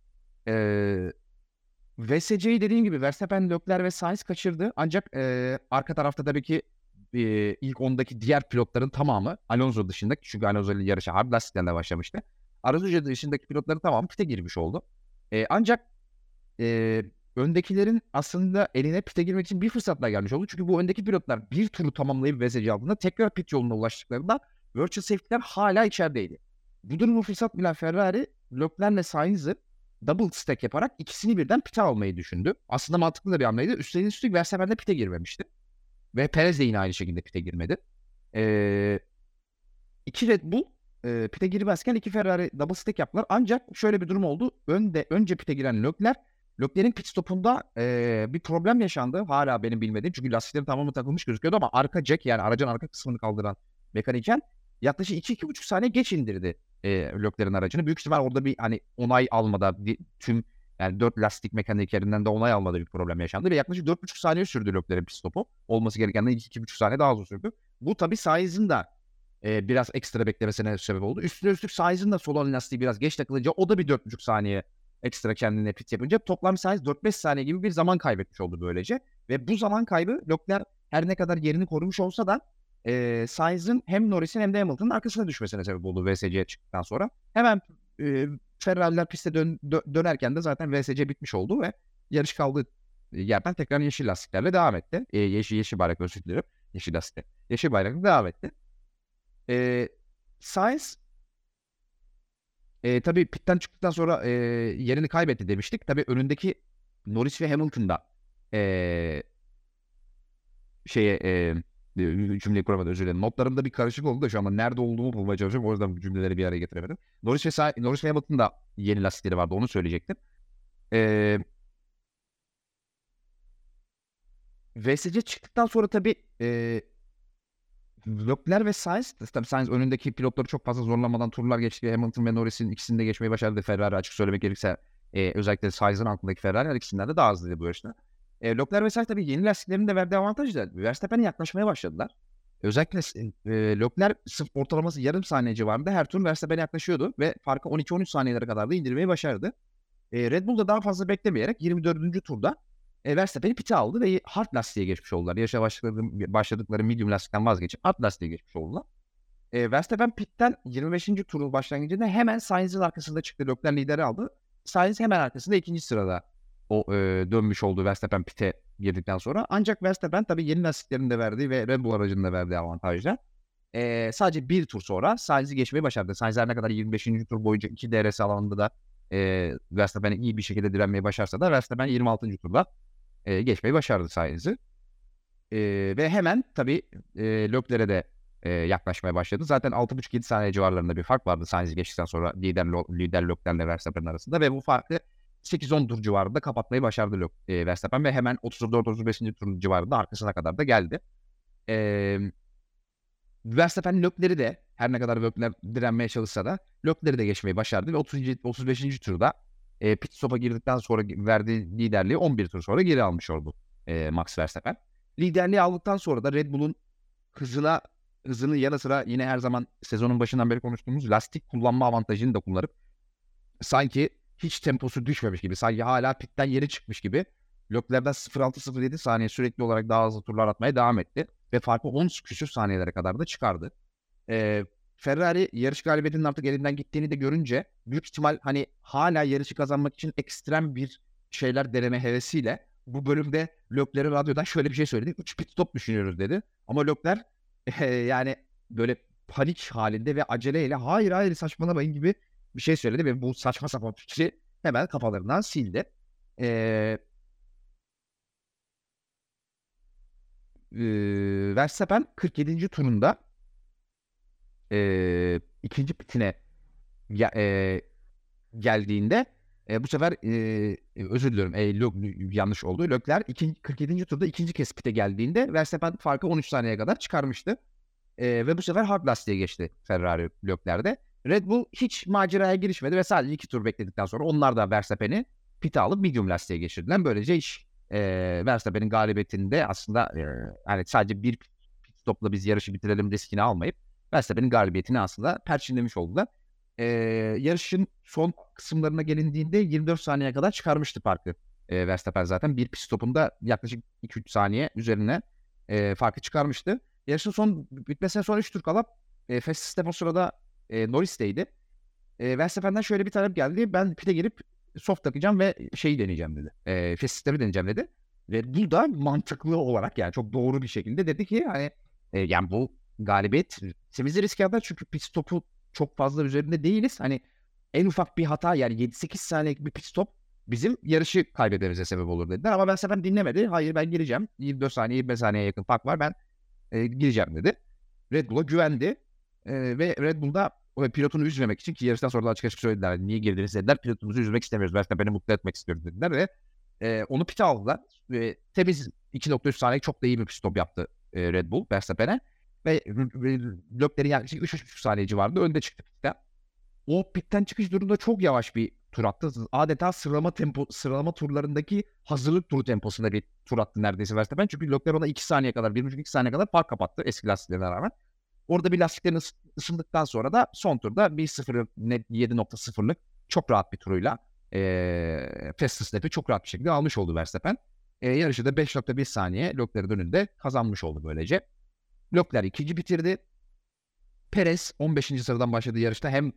VSC'yi dediğim gibi Verstappen, Leclerc ve Sainz kaçırdı. Ancak arka tarafta tabii ki ilk 10'daki diğer pilotların tamamı, Alonso dışında, çünkü Alonso yarışa hard lastiklerle başlamıştı. Alonso dışındaki pilotların tamamı pite girmiş oldu. Ancak öndekilerin aslında eline pite girmek için bir fırsatla gelmiş oldu. Çünkü bu öndeki pilotlar bir turu tamamlayıp VSC aldığında tekrar pit yoluna ulaştıklarında virtual safety'ler hala içerideydi. Bu durumu fırsat bilen Ferrari, Leclerc ve Sainz'ı double stack yaparak ikisini birden pite almayı düşündü. Aslında mantıklı da bir hamleydi. Üstelik Verstappen de pite girmemişti. Ve Perez de yine aynı şekilde pite girmedi. İki Red Bull pite girmezken iki Ferrari double stack yaptılar. Ancak şöyle bir durum oldu. Önce pite giren Leclerc'in pit stopunda bir problem yaşandı. Hala benim bilmediğim. Çünkü lastikleri tamamı takılmış gözüküyordu ama arka jack, yani aracın arka kısmını kaldıran mekaniken yaklaşık 2-2,5 saniye geç indirdi Leclerc'in aracını. Büyük ihtimal orada bir hani onay almada tüm, yani 4 lastik mekaniklerinden de onay almada bir problem yaşandı ve yaklaşık 4,5 saniye sürdü Leclerc'in pit stopu. Olması gerekenden 2-2,5 saniye daha uzun sürdü. Bu tabii Sainz'in de biraz ekstra beklemesine sebep oldu. Üstüne üstlük Sainz'in de sol ön lastiği biraz geç takılınca o da bir 4,5 saniye ekstra kendine pit yapınca toplam Sainz 4-5 saniye gibi bir zaman kaybetmiş oldu böylece. Ve bu zaman kaybı Leclerc her ne kadar yerini korumuş olsa da Sainz'in hem Norris'in hem de Hamilton'ın arkasına düşmesine sebep oldu VSC'ye çıktıktan sonra. Hemen Ferrari'ler piste dönerken de zaten VSC bitmiş oldu ve yarış kaldığı yerden tekrar yeşil lastiklerle devam etti. Yeşil bayrak, özür dilerim. Yeşil lastik. Yeşil bayrakla devam etti. Sainz tabii pitten çıktıktan sonra yerini kaybetti demiştik. Tabii önündeki Norris ve Hamilton da cümleyi kuramadım, özür dilerim. Notlarımda bir karışık oldu da şu anda nerede olduğumu bulmaya çalışıyorum. O yüzden bu cümleleri bir araya getiremedim. Norris ve Hamilton'ın da yeni lastikleri vardı. Onu söyleyecektim. VSC çıktıktan sonra tabii Leclerc ve Sainz, tabii Sainz önündeki pilotları çok fazla zorlamadan turlar geçti. Hamilton ve Norris'in ikisini de geçmeyi başardı. Ferrari açık söylemek gerekirse özellikle Sainz'ın altındaki Ferrari her ikisinden de daha hızlıydı bu yarışta. Leclerc ve Sainz tabii yeni lastiklerin de verdiği avantajla Verstappen'e yaklaşmaya başladılar. Özellikle Leclerc sırf ortalaması yarım saniye civarında her tur Verstappen'e yaklaşıyordu ve farkı 12-13 saniyelere kadar da indirmeyi başardı. Red Bull da daha fazla beklemeyerek 24. turda Verstappen'i pite aldı ve hard lastiğe geçmiş oldular. Yarışa başladıkları medium lastikten vazgeçip hard lastiğe geçmiş oldular. Verstappen pitten 25. turun başlangıcında hemen Sainz'in arkasında çıktı. Leclerc lideri aldı. Sainz hemen arkasında 2. sırada dönmüş oldu Verstappen pite girdikten sonra. Ancak Verstappen tabii yeni lastiklerin de verdiği ve Red Bull aracının da verdiği avantajla sadece bir tur sonra Sainz'i geçmeyi başardı. Sainz her ne kadar 25. tur boyunca 2 DRS alanında da Verstappen'e iyi bir şekilde direnmeyi başarsa da Verstappen 26. turda geçmeyi başardı Sainz'i. Ve hemen tabii Leclerc'e de yaklaşmaya başladı. Zaten 6,5-7 saniye civarlarında bir fark vardı Sainz'i geçtikten sonra lider Leclerc'le Verstappen arasında ve bu farkı 8-10 tur civarında kapatmayı başardı Verstappen ve hemen 34-35. tur civarında arkasına kadar da geldi. Verstappen Leclerc'i de her ne kadar Leclerc direnmeye çalışsa da Leclerc'i de geçmeyi başardı ve 35. turda pit stop'a girdikten sonra verdiği liderliği 11 tur sonra geri almış oldu Max Verstappen. Liderliği aldıktan sonra da Red Bull'un hızının yanı sıra yine her zaman sezonun başından beri konuştuğumuz lastik kullanma avantajını da kullanıp sanki hiç temposu düşmemiş gibi, sanki hala pitten yeni çıkmış gibi Leclerc'den 0.6-0.7 saniye sürekli olarak daha hızlı turlar atmaya devam etti. Ve farkı 10 küsur saniyelere kadar da çıkardı. Ferrari yarış galibiyetinin artık elinden gittiğini de görünce büyük ihtimal hani hala yarışı kazanmak için ekstrem bir şeyler deneme hevesiyle bu bölümde Leclerc'e radyodan şöyle bir şey söyledi. 3 pit stop düşünüyoruz dedi. Ama Leclerc yani böyle panik halinde ve aceleyle hayır saçmalamayın gibi bir şey söyledi ve bu saçma sapan fikri hemen kafalarından sildi. Verstappen 47. turunda ikinci pitine geldiğinde bu sefer özür diliyorum yanlış oldu. Leclerc 47. turda ikinci kez pite geldiğinde Verstappen farkı 13 saniyeye kadar çıkarmıştı. Ve bu sefer hard lastiğe geçti Ferrari Leclerc'de. Red Bull hiç maceraya girişmedi ve sadece 2 tur bekledikten sonra onlar da Verstappen'i pite alıp medium lastiğe geçirdiler. Böylece iş Verstappen'in galibiyetinde aslında yani sadece bir pit stopla biz yarışı bitirelim riskini almayıp Verstappen'in galibiyetini aslında perçinlemiş oldular. Yarışın son kısımlarına gelindiğinde 24 saniye kadar çıkarmıştı farkı. Verstappen zaten bir pit stopunda yaklaşık 2-3 saniye üzerine farkı çıkarmıştı. Yarışın son bitmesine son 3 tur kala fast step o sırada Norris'teydi. Verstappen'den şöyle bir talep geldi. Ben pite girip soft takacağım ve şeyi deneyeceğim dedi. Fast step'i deneyeceğim dedi. Ve bu da mantıklı olarak yani çok doğru bir şekilde dedi ki hani yani bu galibiyet bizi riske atar çünkü pit stop'u çok fazla üzerinde değiliz. Hani en ufak bir hata yani 7-8 saniyelik bir pit stop bizim yarışı kaybetmemize sebep olur dediler. Ama Verstappen dinlemedi. Hayır ben gireceğim. 24 saniye 25 saniyeye yakın fark var. Ben gireceğim dedi. Red Bull'a güvendi. Ve Red Bull'da pilotunu üzmemek için ki yarıştan sonra da açık açık söylediler. Niye girdiniz dediler. Pilotumuzu üzmek istemiyoruz. Verstappen'i mutlu etmek istiyoruz dediler ve onu pite aldılar. Temiz 2.3 saniye çok da iyi bir pit stop yaptı Red Bull Verstappen'e. Ve Leclerc'in yaklaşık 3.5 saniye civarında önde çıktı pitten. O pitten çıkış durumunda çok yavaş bir tur attı. Adeta sıralama turlarındaki hazırlık turu temposunda bir tur attı neredeyse Verstappen. Çünkü Leclerc ona 2 saniye kadar, 1.5-2 saniye kadar fark kapattı eski lastiklerine rağmen. Orada bir lastiklerini ısındıktan sonra da son turda 1.0 net 7.0'lık çok rahat bir turuyla fast step'i çok rahat bir şekilde almış oldu Verstappen. Yarışı da 5.1 saniye Leclerc'in önünde kazanmış oldu böylece. Leclerc ikinci bitirdi. Perez 15. sıradan başladığı yarışta hem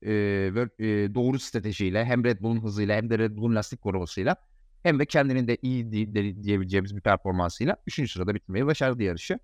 doğru stratejiyle hem Red Bull'un hızıyla hem de Red Bull'un lastik korumasıyla hem de kendinin de iyi diyebileceğimiz bir performansıyla 3. sırada bitirmeyi başardı yarışı.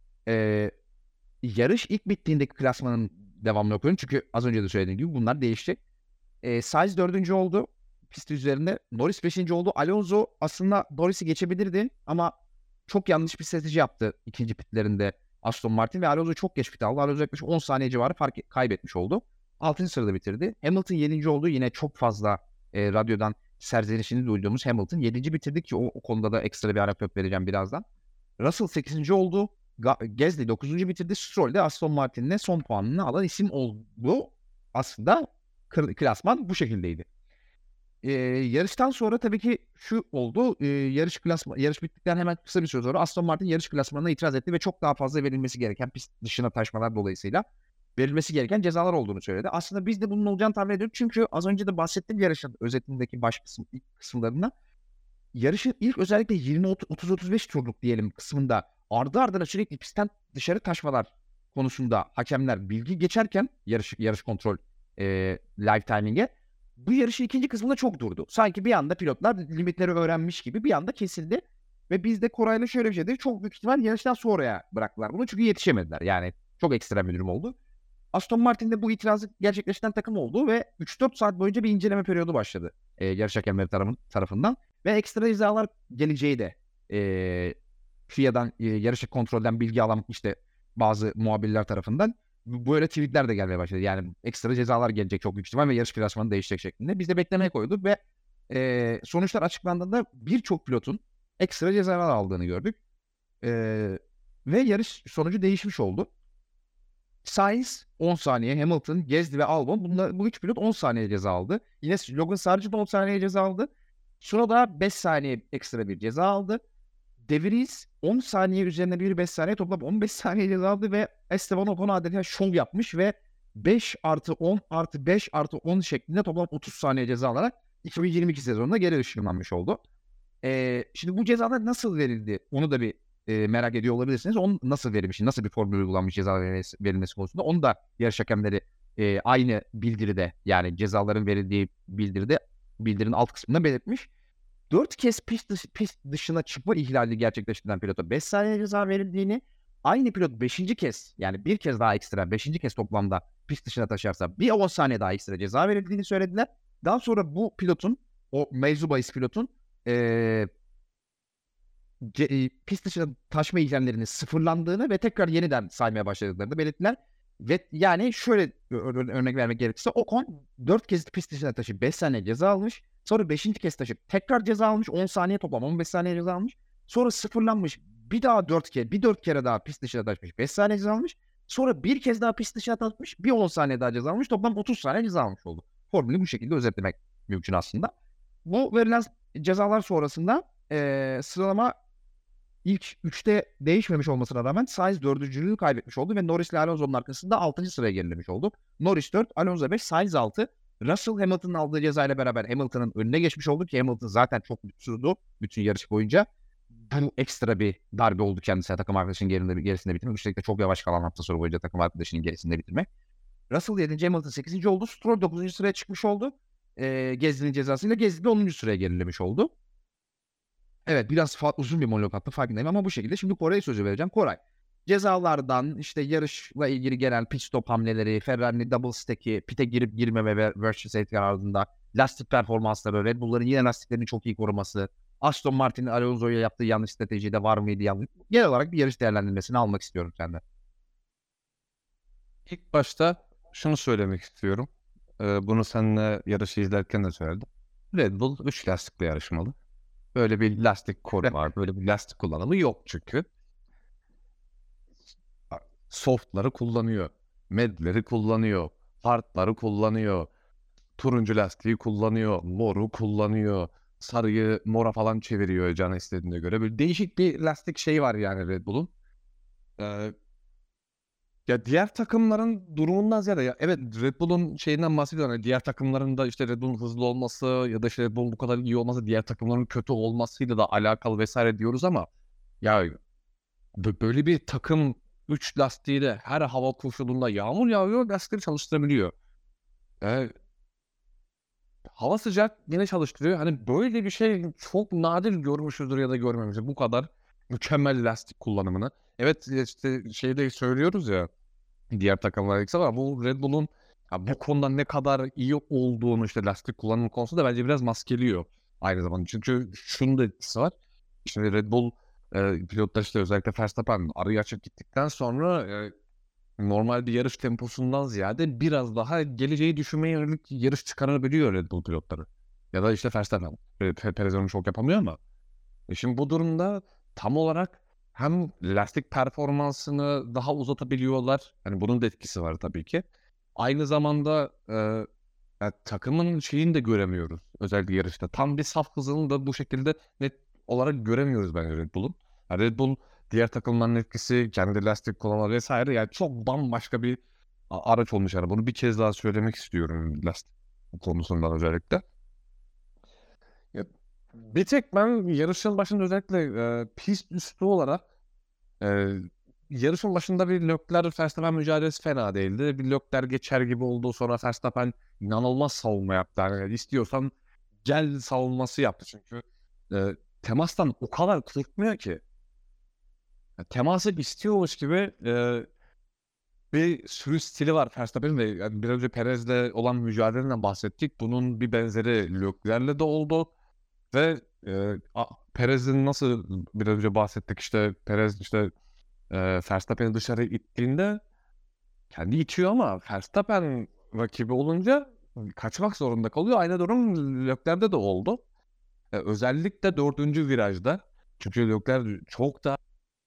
Yarış ilk bittiğindeki klasmanın devamını okuyorum. Çünkü az önce de söylediğim gibi bunlar değişecek. Sainz 4. oldu pist üzerinde. Norris 5. oldu. Alonso aslında Norris'i geçebilirdi ama çok yanlış bir strateji yaptı ikinci pitlerinde Aston Martin ve Alonso çok geç pit aldı. Alonso yaklaşık 10 saniye civarı fark kaybetmiş oldu. 6. sırada bitirdi. Hamilton 7. oldu. Yine çok fazla radyodan serzenişini duyduğumuz Hamilton 7. bitirdi ki o konuda da ekstra bir anekdot vereceğim birazdan. Russell 8. oldu. Gasly 9. bitirdi. Stroll de Aston Martin'le son puanını alan isim oldu. Aslında klasman bu şekildeydi. Yarıştan sonra tabii ki şu oldu. Yarış bittikten hemen kısa bir süre sonra Aston Martin yarış klasmanına itiraz etti ve çok daha fazla verilmesi gereken pist dışına taşmalar dolayısıyla verilmesi gereken cezalar olduğunu söyledi. Aslında biz de bunun olacağını tahmin ediyorduk. Çünkü az önce de bahsettiğim yarışın özetindeki ilk kısımlarında yarışın ilk özellikle 20-30-35 turluk diyelim kısmında ardı ardına sürekli pistten dışarı taşmalar konusunda hakemler bilgi geçerken yarış kontrol live timing'e bu yarışın ikinci kısmında çok durdu. Sanki bir anda pilotlar limitleri öğrenmiş gibi bir anda kesildi. Ve bizde Koray'la şöyle bir şeydi. Çok büyük ihtimal yarıştan sonraya bıraktılar bunu. Çünkü yetişemediler. Yani çok ekstrem bir durum oldu. Aston Martin'de bu itirazı gerçekleştiren takım oldu ve 3-4 saat boyunca bir inceleme periyodu başladı. Yarış hakemleri tarafından. Ve ekstra cezalar geleceği de FIA'dan, yarış kontrolden bilgi alan işte bazı muhabirler tarafından böyle tweetler de gelmeye başladı. Yani ekstra cezalar gelecek çok büyük ihtimal ve yarış klasmanı değişecek şeklinde. Biz de beklemeye koyduk ve sonuçlar açıklandığında birçok pilotun ekstra cezalar aldığını gördük. Ve yarış sonucu değişmiş oldu. Sainz 10 saniye, Hamilton, Gasly ve Albon bu 3 pilot 10 saniye ceza aldı. Yine Logan Sargent 10 saniye ceza aldı. Tsunoda 5 saniye ekstra bir ceza aldı. De Vries 10 saniye üzerine 5 saniye toplam 15 saniye ceza aldı ve Esteban Ocon adeta şov yapmış ve 5 artı 10 artı 5 artı 10 şeklinde toplam 30 saniye ceza alarak 2022 sezonunda geri ışınlanmış oldu. Şimdi bu cezalar nasıl verildi? Onu da bir merak ediyor olabilirsiniz. Onun nasıl verilmiş, nasıl bir formül uygulanmış ceza verilmesi konusunda onu da yarış hakemleri aynı bildiride yani cezaların verildiği bildirinin alt kısmında belirtmiş. 4 kez pist dışına çıkma ihlali gerçekleştiren pilota 5 saniye ceza verildiğini, aynı pilot 5. kez yani bir kez daha ekstra 5. kez toplamda pist dışına taşarsa bir 10 saniye daha ekstra ceza verildiğini söylediler. Daha sonra bu pilotun, o mevzu bahis pilotun pist dışına taşma ihlallerinin sıfırlandığını ve tekrar yeniden saymaya başladıklarını belirttiler. Ve yani şöyle örnek vermek gerekirse Ocon 4 kez pist dışına taşıp 5 saniye ceza almış. Sonra 5. kez taşıp tekrar ceza almış. 10 saniye toplam 15 saniye ceza almış. Sonra sıfırlanmış. Bir daha 4 kere daha pist dışına taşmış. 5 saniye ceza almış. Sonra bir kez daha pist dışına taşmış. Bir 10 saniye daha ceza almış. Toplam 30 saniye ceza almış oldu. Formülü bu şekilde özetlemek mümkün aslında. Bu verilen cezalar sonrasında sıralama İlk 3'te değişmemiş olmasına rağmen Sainz 4.'lüğü kaybetmiş oldu ve Norris ile Alonso'nun arkasında 6. sıraya gerilemiş oldu. Norris 4, Alonso 5, Sainz 6. Russell Hamilton'ın aldığı cezayla beraber Hamilton'ın önüne geçmiş oldu ki Hamilton zaten çok mutsuzdu bütün yarış boyunca. Bu ekstra bir darbe oldu kendisine takım arkadaşının gerisinde bitirmek. Üstelik de çok yavaş kalan hafta sonu boyunca takım arkadaşının gerisinde bitirmek. Russell 7. Hamilton 8. oldu. Stroll 9. sıraya çıkmış oldu. Gasly'nin cezasıyla Gasly de 10. sıraya gerilemiş oldu. Evet biraz uzun bir monolog attım farkındayım ama bu şekilde. Şimdi Koray'a sözü vereceğim. Koray, cezalardan işte yarışla ilgili gelen pit stop hamleleri, Ferrari'nin double stack'i, pit'e girip girmeme ve virtual safety ardında lastik performansları, Red Bull'ların yine lastiklerini çok iyi koruması, Aston Martin'in Alonso'ya yaptığı yanlış stratejide var mıydı yanlış? Genel olarak bir yarış değerlendirmesini almak istiyorum senden. İlk başta şunu söylemek istiyorum. Bunu seninle yarışı izlerken de söyledim. Red Bull 3 lastikle yarışmalı. Böyle bir lastik koruma, böyle bir lastik kullanımı yok çünkü. Softları kullanıyor, medleri kullanıyor, hardları kullanıyor, turuncu lastiği kullanıyor, moru kullanıyor, sarıyı mora falan çeviriyor canı istediğine göre. Böyle değişik bir lastik şeyi var yani Red Bull'un. Ee, Ya diğer takımların durumundan ziyade ya evet Red Bull'un şeyinden bahsediyorum. Yani diğer takımların da işte Red Bull'un hızlı olması ya da işte Red Bull'un bu kadar iyi olması diğer takımların kötü olmasıyla da alakalı vesaire diyoruz ama ya böyle bir takım 3 lastiğiyle her hava koşulunda yağmur yağıyor lastikleri çalıştırabiliyor. Hava sıcak yine çalıştırıyor. Hani böyle bir şey çok nadir görmüşüzdür ya da görmemişizdir. Bu kadar mükemmel lastik kullanımını. Evet işte şeyde söylüyoruz ya diğer takımlar eksik ama bu Red Bull'un bu konuda ne kadar iyi olduğunu işte lastik kullanımı konusunda bence biraz maskeliyor aynı zamanda. Çünkü şunun da etkisi var. Şimdi Red Bull pilotlar işte özellikle Verstappen araya açıp gittikten sonra normal bir yarış temposundan ziyade biraz daha geleceği düşünmeye yönelik yarış çıkarabiliyor Red Bull pilotları. Ya da işte Verstappen. Perez onu çok yapamıyor ama. Şimdi bu durumda tam olarak hem lastik performansını daha uzatabiliyorlar. Hani bunun da etkisi var tabii ki. Aynı zamanda ya takımın şeyini de göremiyoruz özellikle yarışta. Tam bir saf hızını da bu şekilde net olarak göremiyoruz bence Red Bull'un. Yani Red Bull diğer takımların etkisi, kendi lastik kullanmaları vesaire yani çok bambaşka bir araç olmuş. Yani bunu bir kez daha söylemek istiyorum lastik konusundan özellikle. Ya, bir tek ben yarışın başında özellikle pist üstü olarak e, yarışın başında bir Leclerc-Verstappen mücadelesi fena değildi. Bir Leclerc geçer gibi oldu. Sonra Verstappen inanılmaz savunma yaptı. Yani istiyorsan gel savunması yaptı çünkü e, temastan o kadar korkmuyor ki. Ya, teması istiyormuş gibi bir sürüş stili var Verstappen'in ve yani biraz önce Perez'le olan mücadeleden bahsettik. Bunun bir benzeri Leclerc'le de oldu. Ve Perez'in nasıl biraz önce bahsettik işte Perez işte Verstappen'i dışarı ittiğinde kendi itiyor ama Verstappen rakibi olunca kaçmak zorunda kalıyor. Aynı durum Leclerc'de de oldu. Özellikle dördüncü virajda. Çünkü Leclerc çok da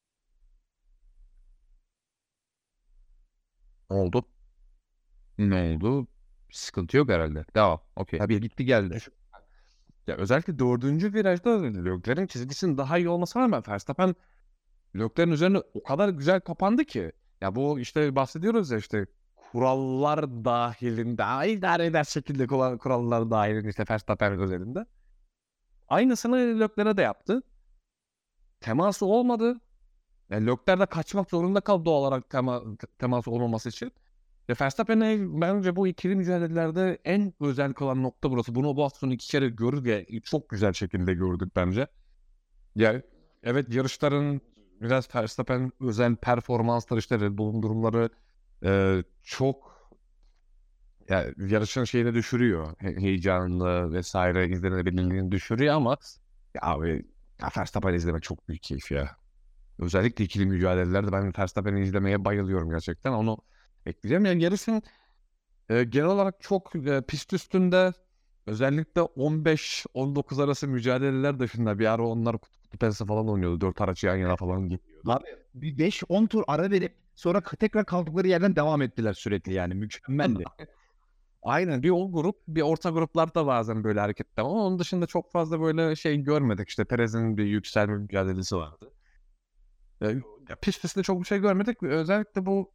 oldu. Ne oldu? Sıkıntı yok herhalde. Devam. Okey. Tabii Gitti geldi. ya özellikle dördüncü virajda Leclerc'in çizgisinin daha iyi olmasına rağmen Verstappen Leclerc'in üzerine o kadar güzel kapandı ki. Ya bu işte bahsediyoruz ya işte kurallar dahilinde idare eder şekilde kurallar dahilinde işte Verstappen özelinde. Aynısını Leclerc'e de yaptı. Teması olmadı. Yani Leclerc de kaçmak zorunda kaldı doğal olarak teması olmaması için. Ve Verstappen'e bence bu ikili mücadelelerde en özel kalan nokta burası. Bunu bu hafta sonu 2 kere gördük ya çok güzel şekilde gördük bence. Ya evet yarışların biraz Verstappen özel performansları işte Red Bull'un durumları çok ya yarışın şeyini düşürüyor. Heyecanını vesaire izlenebilirliğini düşürüyor ama ya abi ya Verstappen izlemek çok büyük keyif ya. Özellikle ikili mücadelelerde ben Verstappen'i izlemeye bayılıyorum gerçekten. Onu ekleyeceğim. Yani yarışın genel olarak çok pist üstünde özellikle 15-19 arası mücadeleler dışında bir ara onlar kutu pense falan oynuyordu. 4 araç yan yana falan gidiyordu. Abi bir 5-10 tur ara verip sonra tekrar kaldıkları yerden devam ettiler sürekli yani. Mükemmeldi. Aynen bir o grup bir orta gruplarda bazen böyle hareketler ama onun dışında çok fazla böyle şey görmedik. İşte Perez'in bir yükselme mücadelesi vardı. Ya pist üstünde çok bir şey görmedik. Özellikle bu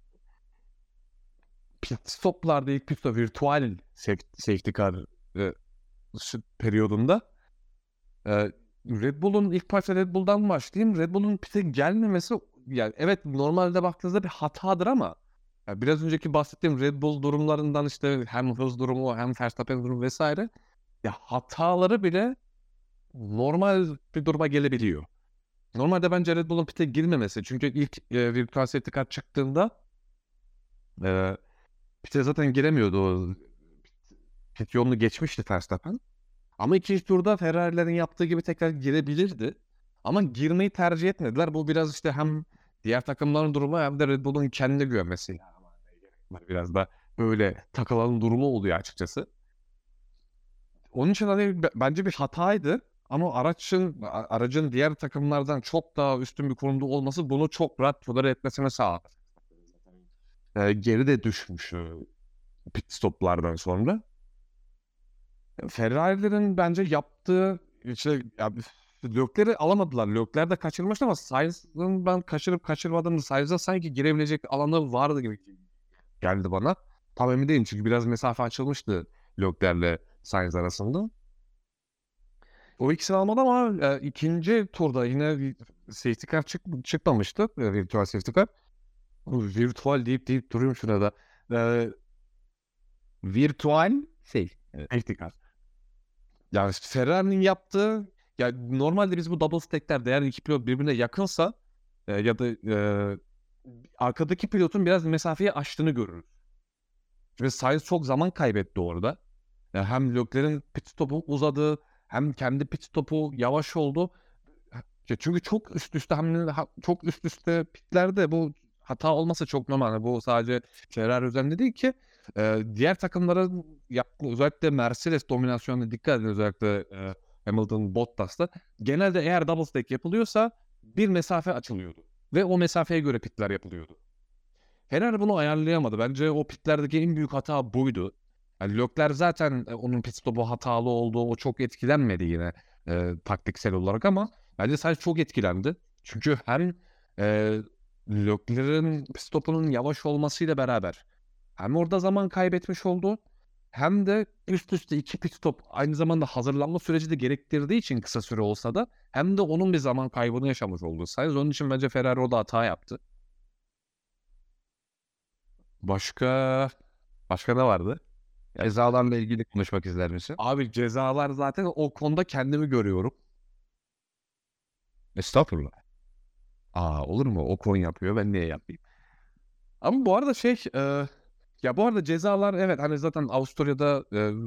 pit stoplarda ilk pit stop virtual safety car e, periyodunda e, Red Bull'un ilk başta Red Bull'dan başlayayım. Red Bull'un pit'e gelmemesi yani evet normalde baktığınızda bir hatadır ama ya biraz önceki bahsettiğim Red Bull durumlarından işte hem hız durumu hem Verstappen durumu vesaire ya hataları bile normal bir duruma gelebiliyor. Normalde bence Red Bull'un pit'e girmemesi çünkü ilk virtual safety car çıktığında e, pit'e zaten giremiyordu o pit yolunu geçmişti Verstappen. Ama ikinci turda Ferrari'lerin yaptığı gibi tekrar girebilirdi. Ama girmeyi tercih etmediler. Bu biraz işte hem diğer takımların durumu hem de Red Bull'un kendine güvenmesi. Ya aman ne gerek var, biraz da böyle takılan durumu oluyor açıkçası. Onun için hani bence bir hataydı. Ama aracın diğer takımlardan çok daha üstün bir konumda olması bunu çok rahat tolere etmesine sağladı. Geri de düşmüş pit stoplardan sonra. Ferrari'lerin bence yaptığı işte ya, Leclerc'i alamadılar. Leclerc de kaçırmıştı ama Sainz'ın ben kaçırıp kaçırmadığını Sainz'a sanki girebilecek alanı vardı gibi geldi bana. Tam emin değilim çünkü biraz mesafe açılmıştı Leclerc'le Sainz arasında. O ikisini almadı ama ikinci turda yine bir safety car çıkmamıştı. Virtual safety car. Virtual deyip duruyorum şuna da. E, Virtual şey. Evet. Safety car. Yani Ferrari'nin yaptığı ya normalde biz bu double stack'lerde eğer iki pilot birbirine yakınsa ya da arkadaki pilotun biraz mesafeyi aştığını görürüz. Ve Sainz çok zaman kaybetti orada. Yani hem Leclerc'in pit stopu uzadı hem kendi pit stopu yavaş oldu. Çünkü çok üst üste çok üst üste pitlerde bu hata olması çok normal. Bu sadece Ferrari üzerinde değil ki diğer takımların yaptığı özellikle Mercedes dominasyonuna dikkat edin özellikle Hamilton Bottas'ta. Genelde eğer double stack yapılıyorsa bir mesafe açılıyordu. Ve o mesafeye göre pitler yapılıyordu. Ferrari bunu ayarlayamadı. Bence o pitlerdeki en büyük hata buydu. Yani Leclerc zaten onun pit stopu hatalı olduğu, o çok etkilenmedi yine taktiksel olarak ama bence sadece çok etkilendi. Çünkü hem e, Leclerc'in pit stopunun yavaş olmasıyla beraber hem orada zaman kaybetmiş oldu hem de üst üste 2 pit stop aynı zamanda hazırlanma süreci de gerektirdiği için kısa süre olsa da hem de onun bir zaman kaybını yaşamış oldu. Sadece onun için bence Ferrari orada hata yaptı. Başka başka ne vardı? Cezalarla ilgili konuşmak ister misin? Abi cezalar zaten o konuda kendimi görüyorum. Estağfurullah. Olur mu? O konu yapıyor. Ben niye yapayım? Ama bu arada ya bu arada cezalar evet hani zaten Avusturya'da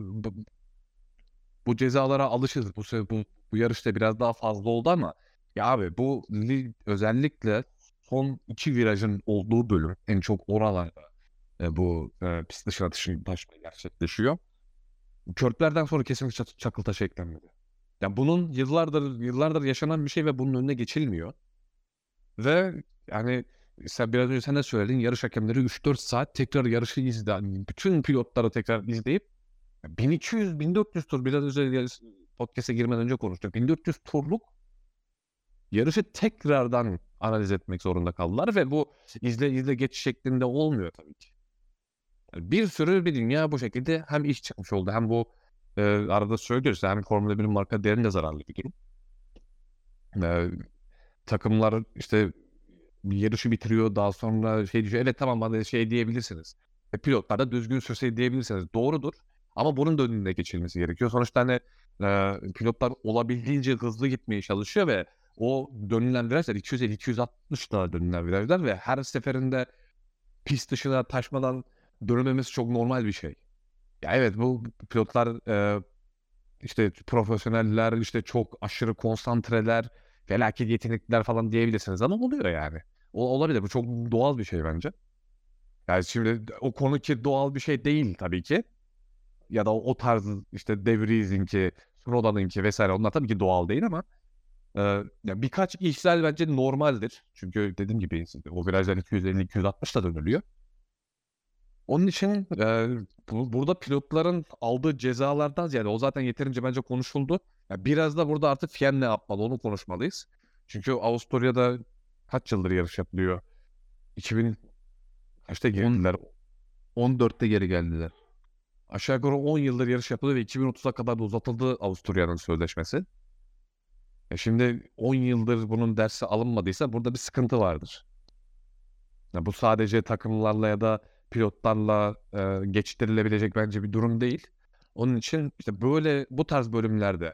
bu cezalara alışırız. Bu yarışta biraz daha fazla oldu ama ya abi özellikle son 2 virajın olduğu bölüm en çok oralarda bu pist dışına taşma gerçekleşiyor. Körplerden sonra kesinlikle çakıl taşı eklenmedi. Ya bunun yıllardır yaşanan bir şey ve bunun önüne geçilmiyor. Ve yani biraz önce sen de söyledin yarış hakemleri 3-4 saat tekrar yarışı bütün pilotları tekrar izleyip 1200-1400 tur biraz önce podcast'e girmeden önce konuştuk. 1400 turluk yarışı tekrardan analiz etmek zorunda kaldılar ve bu izle geç şeklinde olmuyor tabii ki. Yani bir sürü bir dünya bu şekilde hem iş çıkmış oldu hem bu arada söylüyoruz hem Formula 1'in marka değerine de zararlı bir durum. E, Takımlar işte yarışı bitiriyor daha sonra düşüyor. Evet tamam bana diyebilirsiniz. Pilotlar da düzgün sürse diyebilirsiniz. Doğrudur. Ama bunun da önüne geçilmesi gerekiyor. Sonuçta hani pilotlar olabildiğince hızlı gitmeye çalışıyor ve o dönülen virajlar 250-260 da dönülen virajlar ve her seferinde pist dışına taşmadan dönmemesi çok normal bir şey. Ya evet bu pilotlar işte profesyoneller, işte çok aşırı konsantreler, felaket yetenekliler falan diyebilirsiniz ama oluyor yani. Olabilir. Bu çok doğal bir şey bence. Yani şimdi o konu ki doğal bir şey değil tabii ki. Ya da o tarz işte De Vries'inki, Tsunoda'nınki vesaire onlar tabii ki doğal değil ama e, ya birkaç ihlal bence normaldir. Çünkü dediğim gibi o virajlar 250-260 da dönülüyor. Onun için burada pilotların aldığı cezalardan ziyade o zaten yeterince bence konuşuldu. Ya biraz da burada artık FIA ne yapmalı onu konuşmalıyız. Çünkü Avusturya'da kaç yıldır yarış yapılıyor? 2000 kaçta girdiler? 14'te geri geldiler. Aşağı yukarı 10 yıldır yarış yapılıyor ve 2030'a kadar da uzatıldı Avusturya'nın sözleşmesi. Şimdi 10 yıldır bunun dersi alınmadıysa burada bir sıkıntı vardır. Ya bu sadece takımlarla ya da pilotlarla geçiştirilebilecek bence bir durum değil. Onun için işte böyle bu tarz bölümlerde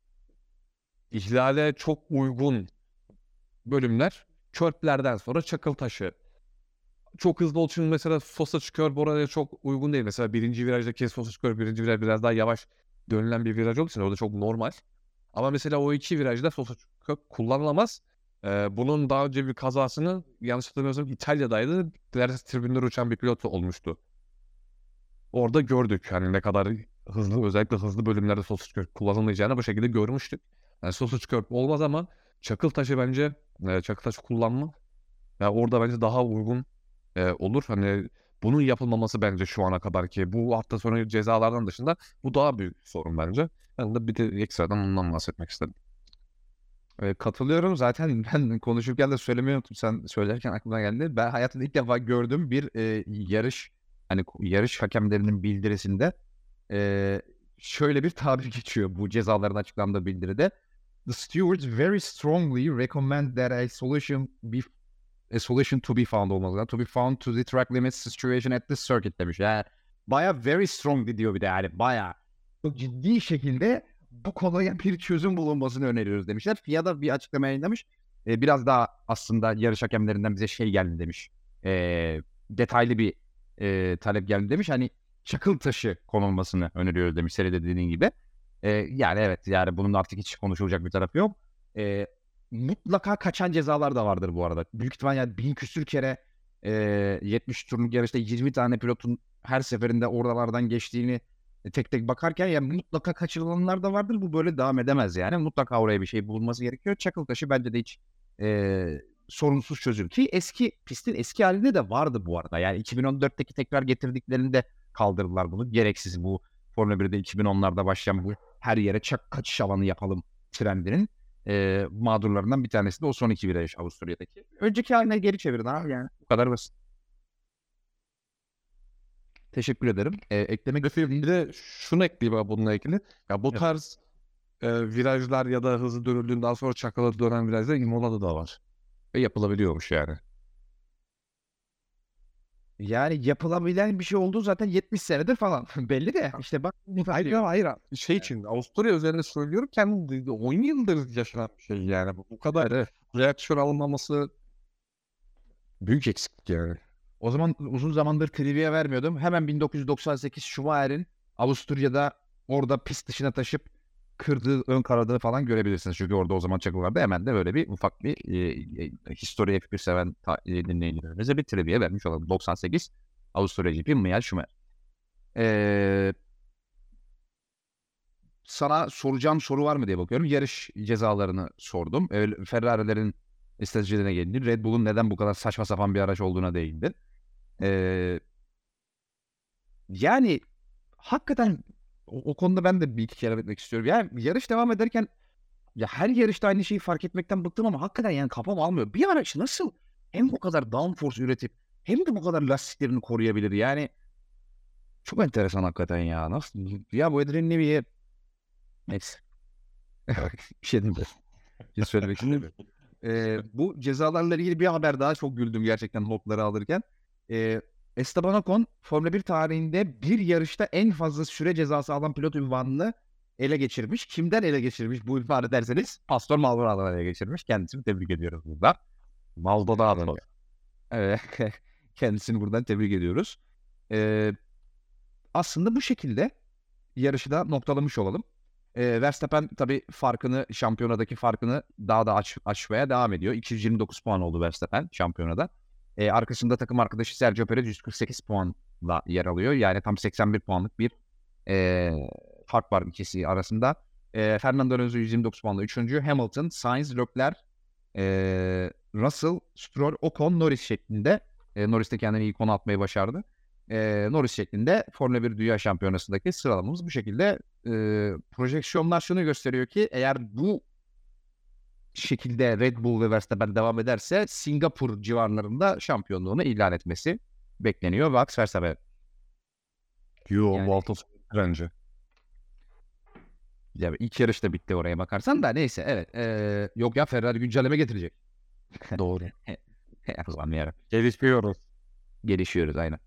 ihlale çok uygun bölümler körplerden sonra çakıl taşı. Çok hızlı olduğu için mesela Sausage Curb oraya çok uygun değil. Mesela birinci virajdaki Sausage Curb birinci viraj biraz daha yavaş dönülen bir viraj olduğu için orada çok normal. Ama mesela o 2 virajda Sausage Curb kullanılamaz. Bunun daha önce bir kazasını yanlış hatırlamıyorsam İtalya'daydı. Neredeyse tribünlere uçan bir pilot olmuştu. Orada gördük hani ne kadar hızlı özellikle hızlı bölümlerde Sausage Curb kullanılmayacağını bu şekilde görmüştük. Yani Sausage Curb olmaz ama çakıl taşı bence çakıl taşı kullanma ya orada bence daha uygun olur. Hani bunun yapılmaması bence şu ana kadar ki bu hafta sonu cezalardan dışında bu daha büyük bir sorun bence. Ben de bir de ekstradan ondan bahsetmek istedim. Katılıyorum. Zaten ben konuşurken de söylemeyi unuttum. Sen söylerken aklıma geldi. Ben hayatımda ilk defa gördüğüm bir yarış hani yarış hakemlerinin bildirisinde e, şöyle bir tabir geçiyor bu cezaların açıklandığı bildiride. The stewards very strongly recommend that a solution to be found olmalı. Yani to be found to the track limits situation at this circuit demiş. Yani baya very strongly diyor bir de yani baya çok ciddi şekilde bu konuya bir çözüm bulunmasını öneriyoruz demişler. FIA da bir açıklama yayınlamış. Biraz daha aslında yarış hakemlerinden bize şey geldi demiş. Detaylı bir talep geldi demiş. Hani çakıl taşı konulmasını öneriyoruz demiş senin de dediğin gibi. Yani evet yani bunun artık hiç konuşulacak bir tarafı yok. Mutlaka kaçan cezalar da vardır bu arada. Büyük ihtimal yani 1000 küsür kere 70 turluk yarışta 20 tane pilotun her seferinde oralardan geçtiğini tek tek bakarken ya mutlaka kaçırılanlar da vardır. Bu böyle devam edemez yani. Mutlaka oraya bir şey bulunması gerekiyor. Çakıl taşı bence de hiç sorunsuz çözülür. Ki pistin eski halinde de vardı bu arada. Yani 2014'teki tekrar getirdiklerinde kaldırdılar bunu. Gereksiz bu Formula 1'de 2010'larda başlayan bu her yere kaçış alanı yapalım trendinin mağdurlarından bir tanesi de o son 2 viraj Avusturya'daki. Önceki haline geri çevirin abi yani. Bu kadar basit. Teşekkür ederim. Eklemek Bir de şunu ekleyeyim abi bununla ilgili. Ya bu tarz virajlar ya da hızlı dönüldüğünden sonra çakıla dönen virajlar Imola'da da var. Ve yapılabiliyormuş yani. Yani yapılabilen bir şey olduğu zaten 70 senedir falan. Belli de işte bak. Hayır. Şey için Avusturya üzerinde söylüyorum, kendi 10 yıldır yaşanan bir şey yani. Bu kadar reaksiyon alınmaması büyük eksiklik yani. O zaman uzun zamandır trivia vermiyordum. Hemen 1998 Schumacher'in Avusturya'da orada pist dışına taşıp kırdığı ön kanadı falan görebilirsiniz. Çünkü orada o zaman çakıl vardı. Hemen de böyle bir ufak bir History F1 seven dinleyicilerimize bir trivia vermiş olalım. 98 Avusturya GP Michael Schumacher. Sana soracağım soru var mı diye bakıyorum. Yarış cezalarını sordum. Ferrari'lerin stratejilerine gelindi. Red Bull'un neden bu kadar saçma sapan bir araç olduğuna değindi. Yani hakikaten o konuda ben de bir iki kere etmek istiyorum. Yani yarış devam ederken ya her yarışta aynı şeyi fark etmekten bıktım ama hakikaten yani kafam almıyor. Bir araç nasıl hem bu kadar downforce üretip hem de bu kadar lastiklerini koruyabilir? Yani çok enteresan hakikaten ya. Nasıl? Ya bu Adrian Newey'e neyse. Bir şey diyeyim de. Bir şey söylemek istemiyorum. Bu cezalarla ilgili bir haber daha çok güldüm gerçekten notları alırken. Esteban Ocon Formula 1 tarihinde bir yarışta en fazla süre cezası alan pilot ünvanını ele geçirmiş. Kimden ele geçirmiş bu ünvanı derseniz Pastor Maldonado'dan ele geçirmiş. Kendisini tebrik ediyoruz burada. Maldonado. Kendisini buradan tebrik ediyoruz. Aslında bu şekilde yarışı da noktalamış olalım. Verstappen tabii şampiyonadaki farkını daha da açmaya devam ediyor. 229 puan oldu Verstappen şampiyonada. Arkasında takım arkadaşı Sergio Perez 148 puanla yer alıyor. Yani tam 81 puanlık bir fark var ikisi arasında. Fernando Alonso 129 puanla 3. Hamilton, Sainz, Leclerc, Russell, Stroll, Ocon, Norris şeklinde. Norris de kendini iyi konu atmayı başardı. Norris şeklinde Formula 1 Dünya Şampiyonası'ndaki sıralamamız bu şekilde. Projeksiyonlar şunu gösteriyor ki eğer bu şekilde Red Bull ve Verstappen devam ederse Singapur civarlarında şampiyonluğunu ilan etmesi bekleniyor. Max Verstappen. Bu hafta bence. Ya ilk yarış da bitti oraya bakarsan da neyse evet. Yok ya Ferrari güncelleme getirecek. Doğru. Allah'ım yarabbim. Gelişiyoruz aynen.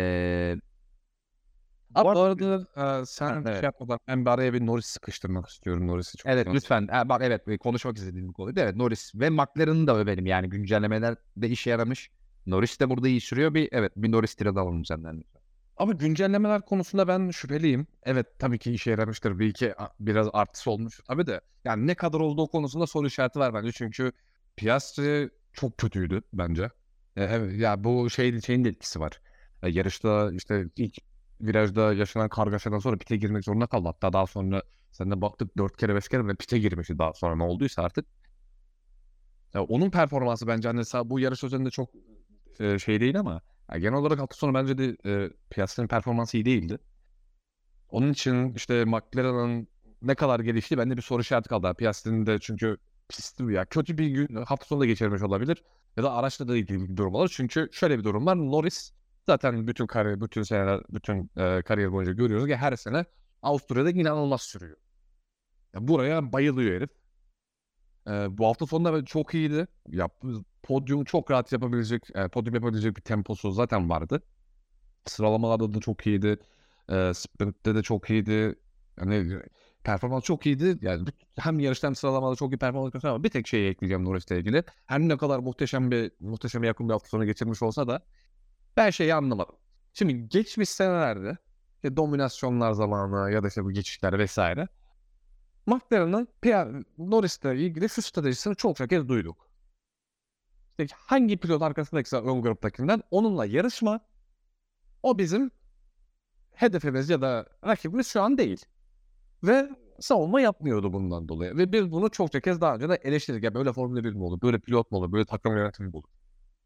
Bu arada sen şey yapmadan ben bir araya bir Norris sıkıştırmak istiyorum. Norris'i çok lütfen. Bak konuşmak istediğim bir konuydu. Evet Norris ve McLaren'ın da övelim yani güncellemelerde işe yaramış. Norris de burada iyi sürüyor. Bir Norris tirada alalım senden. Ama güncellemeler konusunda ben şüpheliyim. Evet tabii ki işe yaramıştır. Biraz artısı olmuş. Tabii de yani ne kadar olduğu konusunda soru işareti var bence. Çünkü Piastri çok kötüydü bence. Evet ya bu şeyin de etkisi var. Yarışta işte ilk virajda yaşanan kargaşadan sonra pite girmek zorunda kaldı. Hatta daha sonra sen de baktık 4 kere 5 kere bile pite girmişti daha sonra ne olduysa artık. Ya onun performansı bence hani bu yarış üzerinde çok şey değil ama genel olarak hafta sonu bence de Piastri'nin performansı iyi değildi. Onun için işte McLaren'ın ne kadar gelişti bende bir soru işareti kaldı. Piastri'nin de çünkü pisti ya kötü bir gün hafta sonu da geçirmiş olabilir. Ya da araçla da ilgili bir durum olur. Çünkü şöyle bir durum var. Norris zaten bütün kariyer boyunca görüyoruz ki her sene Avusturya'da inanılmaz sürüyor. Ya buraya bayılıyor herif. Bu hafta sonunda çok iyiydi. Podyum çok rahat yapabilecek bir temposu zaten vardı. Sıralamalarda da çok iyiydi. Sprint'te de çok iyiydi. Yani performans çok iyiydi. Yani hem yarışta hem sıralamada çok iyi performans gösterdi ama bir tek şeyi ekleyeceğim Norris'le ilgili. Her ne kadar muhteşem yakın bir hafta sonu geçirmiş olsa da ben şeyi anlamadım. Şimdi geçmiş senelerde dominasyonlar zamanı ya da işte bu geçişler vesaire McLaren'ın Norris'le ilgili şu stratejisini çok kez duyduk. İşte hangi pilot arkasındaki ön gruptakinden onunla yarışma. O bizim hedefimiz ya da rakibimiz şu an değil. Ve savunma yapmıyordu bundan dolayı. Ve biz bunu çokça kez daha önce de eleştirdik. Ya böyle Formula 1 mi olur? Böyle pilot mu olur? Böyle takım yönetimi mi olur?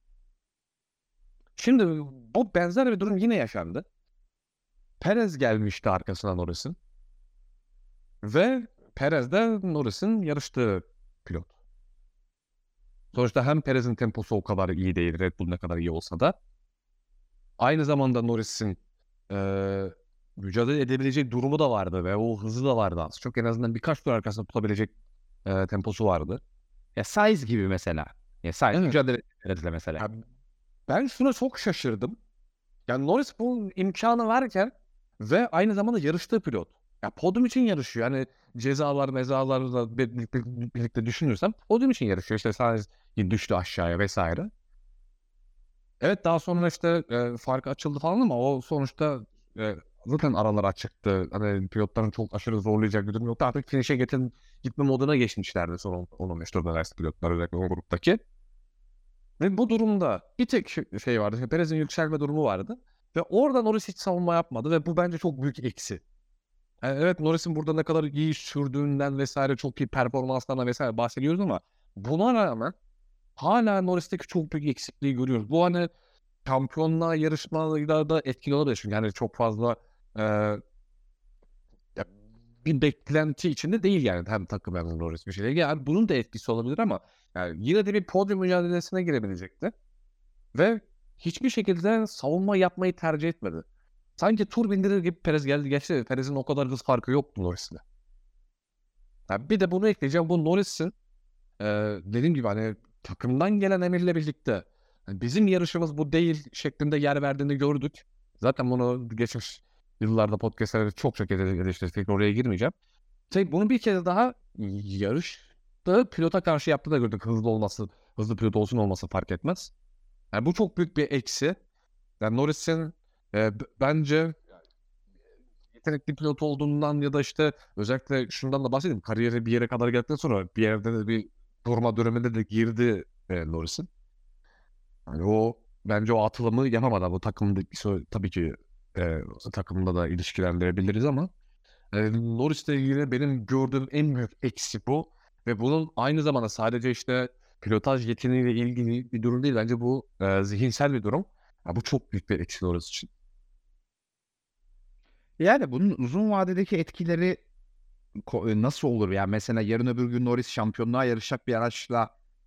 Şimdi bu benzer bir durum yine yaşandı. Perez gelmişti arkasına Norris'in. Ve Perez de Norris'in yarıştığı pilot. Sonuçta hem Perez'in temposu o kadar iyi değil, Red Bull ne kadar iyi olsa da aynı zamanda Norris'in mücadele edebilecek durumu da vardı ve o hızı da vardı az çok. En azından birkaç tur arkasında tutabilecek temposu vardı. Ya Sainz gibi mesela. Ya Sainz Evet. mücadele etmedi mesela. Ya ben şuna çok şaşırdım. Yani Norris bu imkanı varken ve aynı zamanda yarıştığı pilot. Ya podyum için yarışıyor. Yani mezalarla birlikte düşünürsem podyum için yarışıyor. İşte Sainz düştü aşağıya vesaire. Evet daha sonra işte fark açıldı falan ama o sonuçta zaten aralar açıktı. Hani pilotların çok aşırı zorlayacak bir durum yoktu. Artık finish'e gitme moduna geçmişlerdi son 10-15 turda Verstappen pilotlar özellikle o gruptaki. Ve bu durumda bir tek şey vardı. İşte Perez'in yükselme durumu vardı. Ve orada Norris hiç savunma yapmadı ve bu bence çok büyük eksi. Yani evet Norris'in burada ne kadar iyi sürdüğünden vesaire çok iyi performanslarına vesaire bahsediyoruz ama buna rağmen hala Norris'teki çok büyük eksikliği görüyoruz. Bu hani şampiyonluğa yarışmalarda etkili olabilir. Çünkü yani çok fazla e, ya bir beklenti içinde değil yani hem takım hem Norris bir şeyle. Yani bunun da etkisi olabilir ama yani yine de bir podyum mücadelesine girebilecekti. Ve hiçbir şekilde savunma yapmayı tercih etmedi. Sanki tur bindirir gibi Perez geldi geçti. Perez'in o kadar hız farkı yoktu Norris'le. Yani bir de bunu ekleyeceğim. Bu Norris'in e, dediğim gibi hani takımdan gelen emirle birlikte yani bizim yarışımız bu değil şeklinde yer verdiğini gördük. Zaten bunu geçmiş yıllarda podcastlerde çok eleştirdik. Tekrar oraya girmeyeceğim. Bunu bir kez daha yarışta pilota karşı yaptığı da gördük. Hızlı pilot olsun olması fark etmez. Yani bu çok büyük bir eksi. Yani Norris'in bence yetenekli pilot olduğundan ya da işte özellikle şundan da bahsedeyim. Kariyeri bir yere kadar geldikten sonra bir yerde de bir durma döneminde de girdi Norris'in. Yani o bence o atılımı yapamadı. Bu takımda tabii ki takımda da ilişkilendirebiliriz ama Norris'le ilgili benim gördüğüm en büyük eksi bu. Ve bunun aynı zamanda sadece işte pilotaj yeteneğiyle ilgili bir durum değil. Bence bu zihinsel bir durum. Ya bu çok büyük bir eksi Norris için. Yani bunun uzun vadedeki etkileri nasıl olur? Yani mesela yarın öbür gün Norris şampiyonluğa yarışacak bir araçla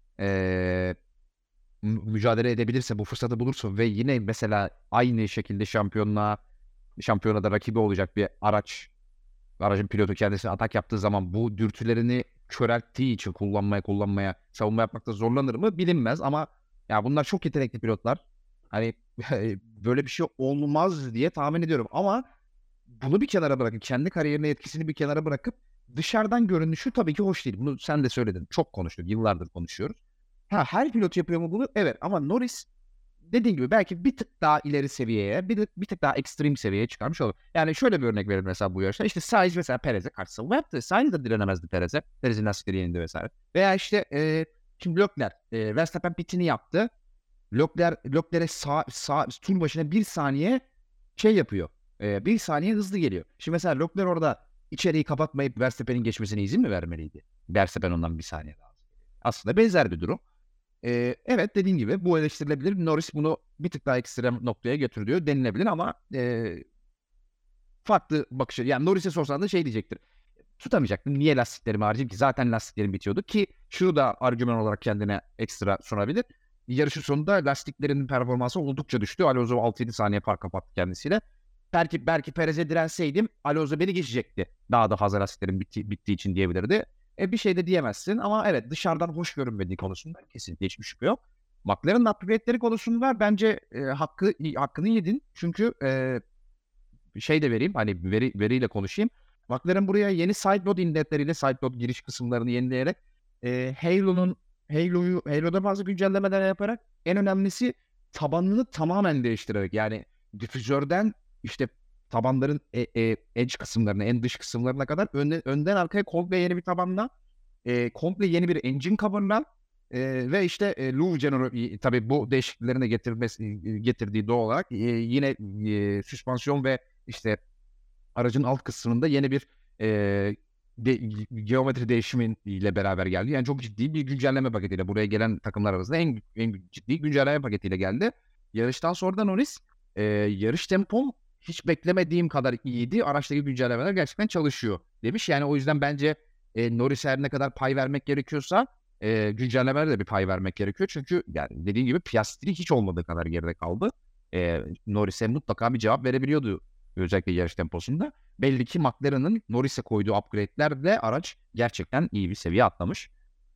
mücadele edebilirse, bu fırsatı bulursa ve yine mesela aynı şekilde şampiyonada rakibi olacak bir aracın pilotu kendisi atak yaptığı zaman bu dürtülerini körelttiği için kullanmaya savunma yapmakta zorlanır mı bilinmez ama ya bunlar çok yetenekli pilotlar. Hani böyle bir şey olmaz diye tahmin ediyorum ama bunu bir kenara bırakıp kendi kariyerine etkisini bir kenara bırakıp dışarıdan görünüşü tabii ki hoş değil. Bunu sen de söyledin. Çok konuştuk. Yıllardır konuşuyoruz. Her pilot yapıyor mu bunu? Evet ama Norris dediğin gibi belki bir tık daha ileri seviyeye, bir tık daha ekstrem seviyeye çıkarmış olur. Yani şöyle bir örnek verelim mesela bu yarışta. İşte Sainz mesela Perez'e karşı savunma yaptı. Sainz de direnemezdi Perez'e. Perez'in lastikleri yenildi vesaire. Veya işte şimdi Leclerc, Verstappen pitini yaptı. Leclerc'e tur başına bir saniye şey yapıyor. Bir saniye hızlı geliyor. Şimdi mesela Leclerc orada içeriği kapatmayıp Verstappen'in geçmesine izin mi vermeliydi? Verstappen ondan bir saniye daha. Aslında benzer bir durum. Evet dediğin gibi bu eleştirilebilir. Norris bunu bir tık daha ekstrem noktaya götürüyor denilebilir ama farklı bakış açısı. Yani Norris'e sorsan da şey diyecektir. Tutamayacaktım. Niye lastiklerimi harcayayım ki? Zaten lastiklerim bitiyordu ki şunu da argüman olarak kendine ekstra sunabilir. Yarışın sonunda lastiklerin performansı oldukça düştü. Alonso 6-7 saniye fark kapattı kendisiyle. Belki Perez'e direnseydim Alonso beni geçecekti. Daha da fazla lastiklerim bittiği için diyebilirdi. Bir şey de diyemezsin ama evet dışarıdan hoş görünmediği konusunda kesinlikle hiçbir şüphe yok. McLaren'ın upgrade'leri konusunda bence hakkını yedin. Çünkü şey de vereyim hani veriyle konuşayım. McLaren buraya yeni sideload inletleriyle sideload giriş kısımlarını yenileyerek Halo'da bazı güncellemeler yaparak en önemlisi tabanını tamamen değiştirerek yani difüzörden işte tabanların edge kısımlarına, en dış kısımlarına kadar önden arkaya komple yeni bir tabanla komple yeni bir engine cover'la ve işte Louvre General tabii bu değişikliklerin de getirdiği doğal olarak yine süspansiyon ve işte aracın alt kısmında yeni bir geometri değişimiyle beraber geldi. Yani çok ciddi bir güncelleme paketiyle buraya gelen takımlar arasında en ciddi güncelleme paketiyle geldi. Yarıştan sonra da Norris yarış tempom hiç beklemediğim kadar iyiydi. Araçtaki güncellemeler gerçekten çalışıyor demiş. Yani o yüzden bence Norris'e her ne kadar pay vermek gerekiyorsa güncellemelere de bir pay vermek gerekiyor. Çünkü yani dediğim gibi Piastri hiç olmadığı kadar geride kaldı. Norris'e mutlaka bir cevap verebiliyordu özellikle yarış temposunda. Belli ki McLaren'ın Norris'e koyduğu upgrade'lerle araç gerçekten iyi bir seviye atlamış.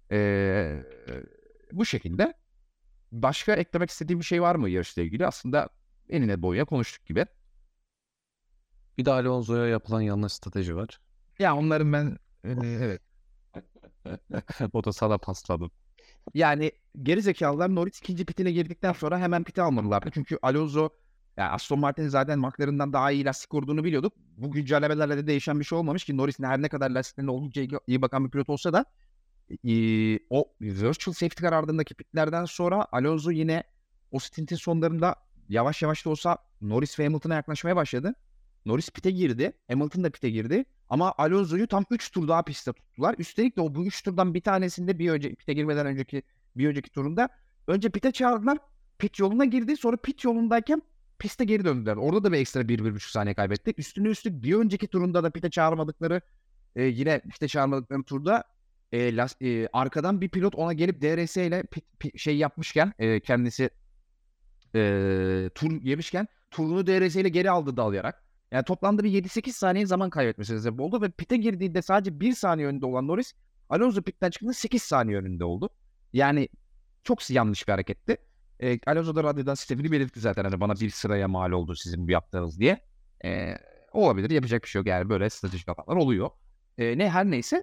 Bu şekilde. Başka eklemek istediğim bir şey var mı yarışla ilgili? Aslında enine boyuna konuştuk gibi. Bir de Alonso'ya yapılan yanlış strateji var. Ya onların ben evet. O da sana pasladım. Yani geri zekalılar Norris ikinci pitine girdikten sonra hemen pite almalılardı. Çünkü Alonso yani Aston Martin'in zaten McLaren'dan daha iyi lastik koruduğunu biliyorduk. Bu güncellemelerle de değişen bir şey olmamış ki Norris her ne kadar lastiklerine oldukça iyi bakan bir pilot olsa da o virtual safety car ardındaki pitlerden sonra Alonso yine o stintin sonlarında yavaş yavaş da olsa Norris ve Hamilton'a yaklaşmaya başladı. Norris pite girdi. Hamilton da pite girdi. Ama Alonso'yu tam 3 tur daha pistte tuttular. Üstelik de bu 3 turdan bir tanesinde pite girmeden önceki bir önceki turunda önce pite çağırdılar. Pit yoluna girdi. Sonra pit yolundayken piste geri döndüler. Orada da bir ekstra 1-1,5 saniye kaybetti. Üstüne üstlük bir önceki turunda da pite çağırmadıkları yine pite çağırmadıkları turda arkadan bir pilot ona gelip DRS ile şey yapmışken kendisi tur yemişken turunu DRS ile geri aldı dalayarak. Yani toplamda bir 7-8 saniye zaman kaybetmesi sebep oldu ve pite girdiğinde sadece 1 saniye önünde olan Norris Alonso pitten çıktığında 8 saniye önünde oldu. Yani çok yanlış bir hareketti. Alonso da radyodan sistemini belirtti zaten hani bana bir sıraya mal oldu sizin bu yaptığınız diye. Olabilir, yapacak bir şey yok yani böyle stratejik hatalar oluyor. Her neyse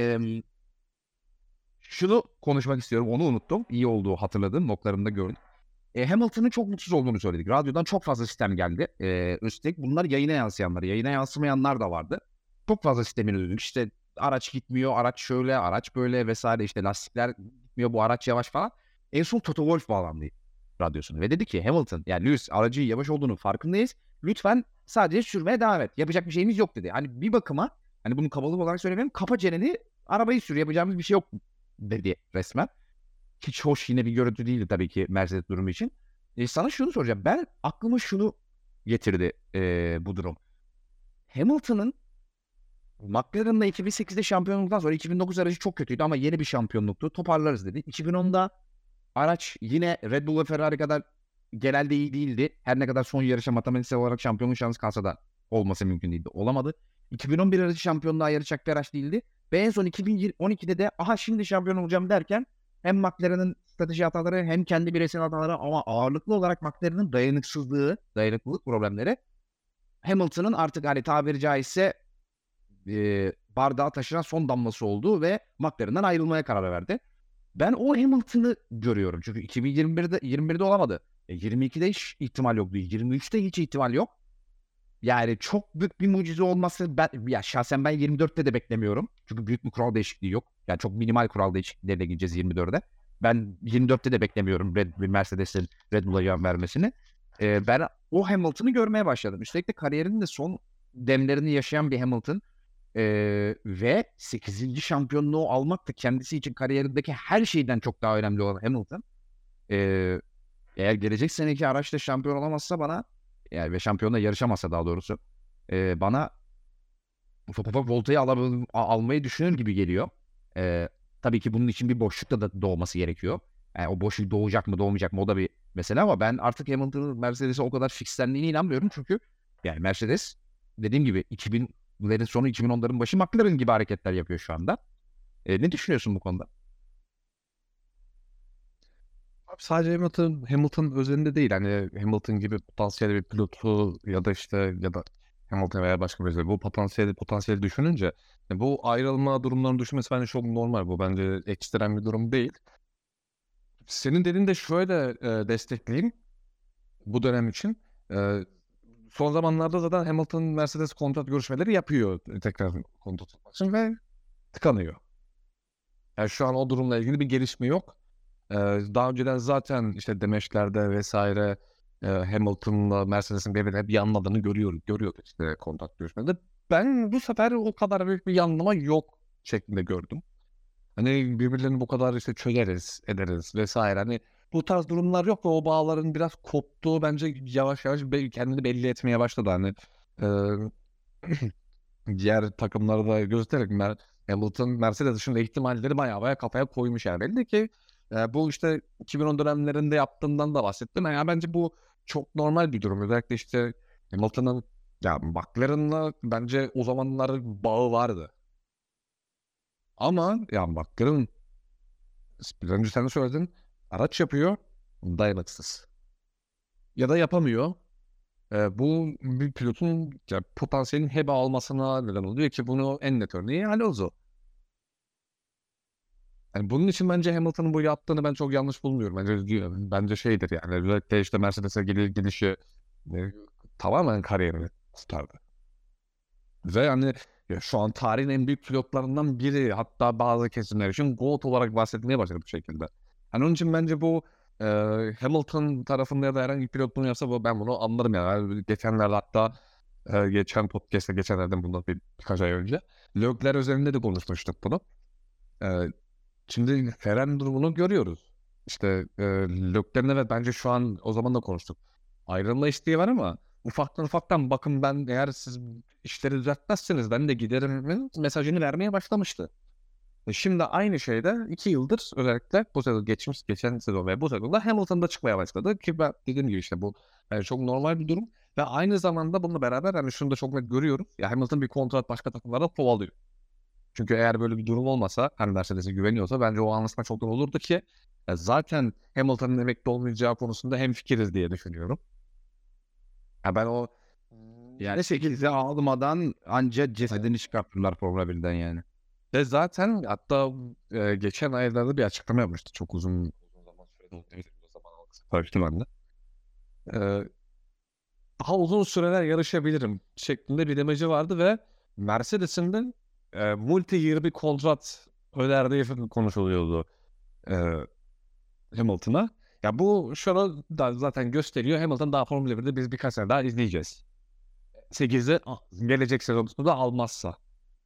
şunu konuşmak istiyorum, onu unuttum. İyi olduğu hatırladığım notlarımda gördüm. Hamilton'ın çok mutsuz olduğunu söyledik. Radyodan çok fazla sistem geldi. Üstelik bunlar yayına yansıyanlar. Yayına yansımayanlar da vardı. Çok fazla sistemini duyduk. İşte araç gitmiyor, araç şöyle, araç böyle vesaire. İşte lastikler gitmiyor, bu araç yavaş falan. En son Toto Wolff bağlandı radyosunu. Ve dedi ki Hamilton, yani Lewis aracı yavaş olduğunu farkındayız. Lütfen sadece sürmeye devam et. Yapacak bir şeyimiz yok dedi. Hani bir bakıma, hani bunu kabalık olarak söylemiyorum. Kapa çeneni, arabayı sür. Yapacağımız bir şey yok dedi resmen. Hiç hoş yine bir görüntü değildi tabii ki Mercedes durumu için. Sana şunu soracağım. Ben aklıma şunu getirdi bu durum. Hamilton'ın McLaren'la 2008'de şampiyonluktan sonra 2009 aracı çok kötüydü ama yeni bir şampiyonluktu. Toparlarız dedi. 2010'da araç yine Red Bull ve Ferrari kadar genelde iyi değildi. Her ne kadar son yarışa matematiksel olarak şampiyonluk şansı kalsa da olması mümkün değildi. Olamadı. 2011 aracı şampiyonluğa yarışacak bir araç değildi. Ve en son 2012'de de aha şimdi şampiyon olacağım derken hem McLaren'ın strateji hataları hem kendi bireysel hataları ama ağırlıklı olarak McLaren'ın dayanıklılık problemleri Hamilton'ın artık hani tabiri caizse bardağı taşıran son damlası oldu ve McLaren'dan ayrılmaya karar verdi. Ben o Hamilton'ı görüyorum. Çünkü 2021'de olamadı. 22'de hiç ihtimal yoktu. 23'te hiç ihtimal yok. Yani çok büyük bir mucize olması şahsen ben 24'te de beklemiyorum. Çünkü büyük bir kural değişikliği yok. Yani çok minimal kural değişiklikleriyle gideceğiz 24'e. Ben 24'te de beklemiyorum Mercedes'in Red Bull'a cevap vermesini. Ben o Hamilton'ı görmeye başladım. Üstelik de kariyerinin de son demlerini yaşayan bir Hamilton. Ve 8. şampiyonluğu almak da kendisi için kariyerindeki her şeyden çok daha önemli olan Hamilton. Eğer gelecek seneki araçta şampiyon olamazsa bana yani ve şampiyonla yarışamazsa daha doğrusu bana ufak ufak voltayı almayı düşünür gibi geliyor. Tabii ki bunun için bir boşlukta da doğması gerekiyor. Yani o boşluk doğacak mı doğmayacak mı o da bir mesele ama ben artık Hamilton'ın Mercedes'e o kadar fixlendiğine inanmıyorum çünkü yani Mercedes dediğim gibi 2000'lerin sonu 2010'ların başı McLaren gibi hareketler yapıyor şu anda. Ne düşünüyorsun bu konuda? Sadece Hamilton özelinde değil. Hani Hamilton gibi potansiyel bir pilotu ya da Hamilton veya başka birisi bu potansiyeli düşününce bu ayrılma durumlarını düşünmesi bence çok normal. Bu bence ekstrem bir durum değil. Senin dediğin de şöyle destekleyeyim bu dönem için. Son zamanlarda zaten Hamilton Mercedes kontrat görüşmeleri yapıyor tekrar kontrat tutmak için ve tıkanıyor. Yani şu an o durumla ilgili bir gelişme yok. Daha önceden zaten işte demeçlerde vesaire Hamilton'la Mercedes'in birbirine hep yanladığını görüyorduk işte kontrat görüşmelerinde. ben bu sefer o kadar büyük bir yanılma yok şeklinde gördüm. Hani birbirlerini bu kadar işte çözeriz, ederiz vesaire. Hani bu tarz durumlar yok ve o bağların biraz koptuğu bence yavaş yavaş kendini belli etmeye başladı. Hani eee, diğer takımları da göstererek Hamilton Mercedes dışında ihtimalleri bayağı kafaya koymuş yani. Belli ki bu işte 2010 dönemlerinde yaptığından da bahsettim. Yani bence bu çok normal bir durum. Özellikle işte Hamilton'ın ya McLaren'la bence o zamanlar bağı vardı. Ama ya McLaren biraz önce sen de söyledin. Araç yapıyor, dayanıksız. Ya da yapamıyor. Bu bir pilotun ya, potansiyelin heba almasına neden oluyor ki bunu en net örneği Alonso. Yani bunun için bence Hamilton'ın bu yaptığını ben çok yanlış bulmuyorum. Bence şeydir yani özellikle işte Mercedes'e gidişi e, tamamen kariyerini kurtardı. Ve yani ya şu an tarihin en büyük pilotlarından biri, hatta bazı kesimler için GOAT olarak bahsetmeye başladı bu şekilde. Hani onun için bence bu e, Hamilton tarafında ya da herhangi bir pilot bunu yapsa ben bunu anlarım yani. Geçenlerde hatta geçen podcast'te geçenlerden bundan birkaç ay önce Leclerc üzerinde de konuşmuştuk bunu. E, Şimdi Ferrari durumunu görüyoruz. İşte Leclerc'in evet bence şu an o zaman da konuştuk. Ayrılma isteği var ama ufaktan bakın ben eğer siz işleri düzeltmezseniz ben de giderim mesajını vermeye başlamıştı. Şimdi aynı şeyde 2 yıldır özellikle bu sezon geçen sezon ve bu sezonda Hamilton'da çıkmaya başladı ki ben dediğim gibi işte bu yani çok normal bir durum ve aynı zamanda bununla beraber hani şunu da çok net görüyorum. Ya Hamilton bir kontrat başka takımlarda kovalıyor. Çünkü eğer böyle bir durum olmasa hani Mercedes'e güveniyorsa bence o anlaşma çoktan olurdu ki zaten Hamilton'ın emekli olmayacağı konusunda hemfikiriz diye düşünüyorum. Ya ben o Yani 8'i almadan anca cesedini çıkartırlar Formula 1'den yani. ve zaten hatta geçen aylarda bir açıklama yapmıştı. Çok uzun zaman sürede oldu. O zaman karıştım ben de. E, Daha uzun süreler yarışabilirim şeklinde bir demeci vardı ve Mercedes'in de multi year bir kontrat önerdiği konuşuluyordu. E, Hamilton'a. Ya bu şunu da zaten gösteriyor. Hamilton daha Formula 1'de biz birkaç sene daha izleyeceğiz. 8'i gelecek sezonunda da almazsa.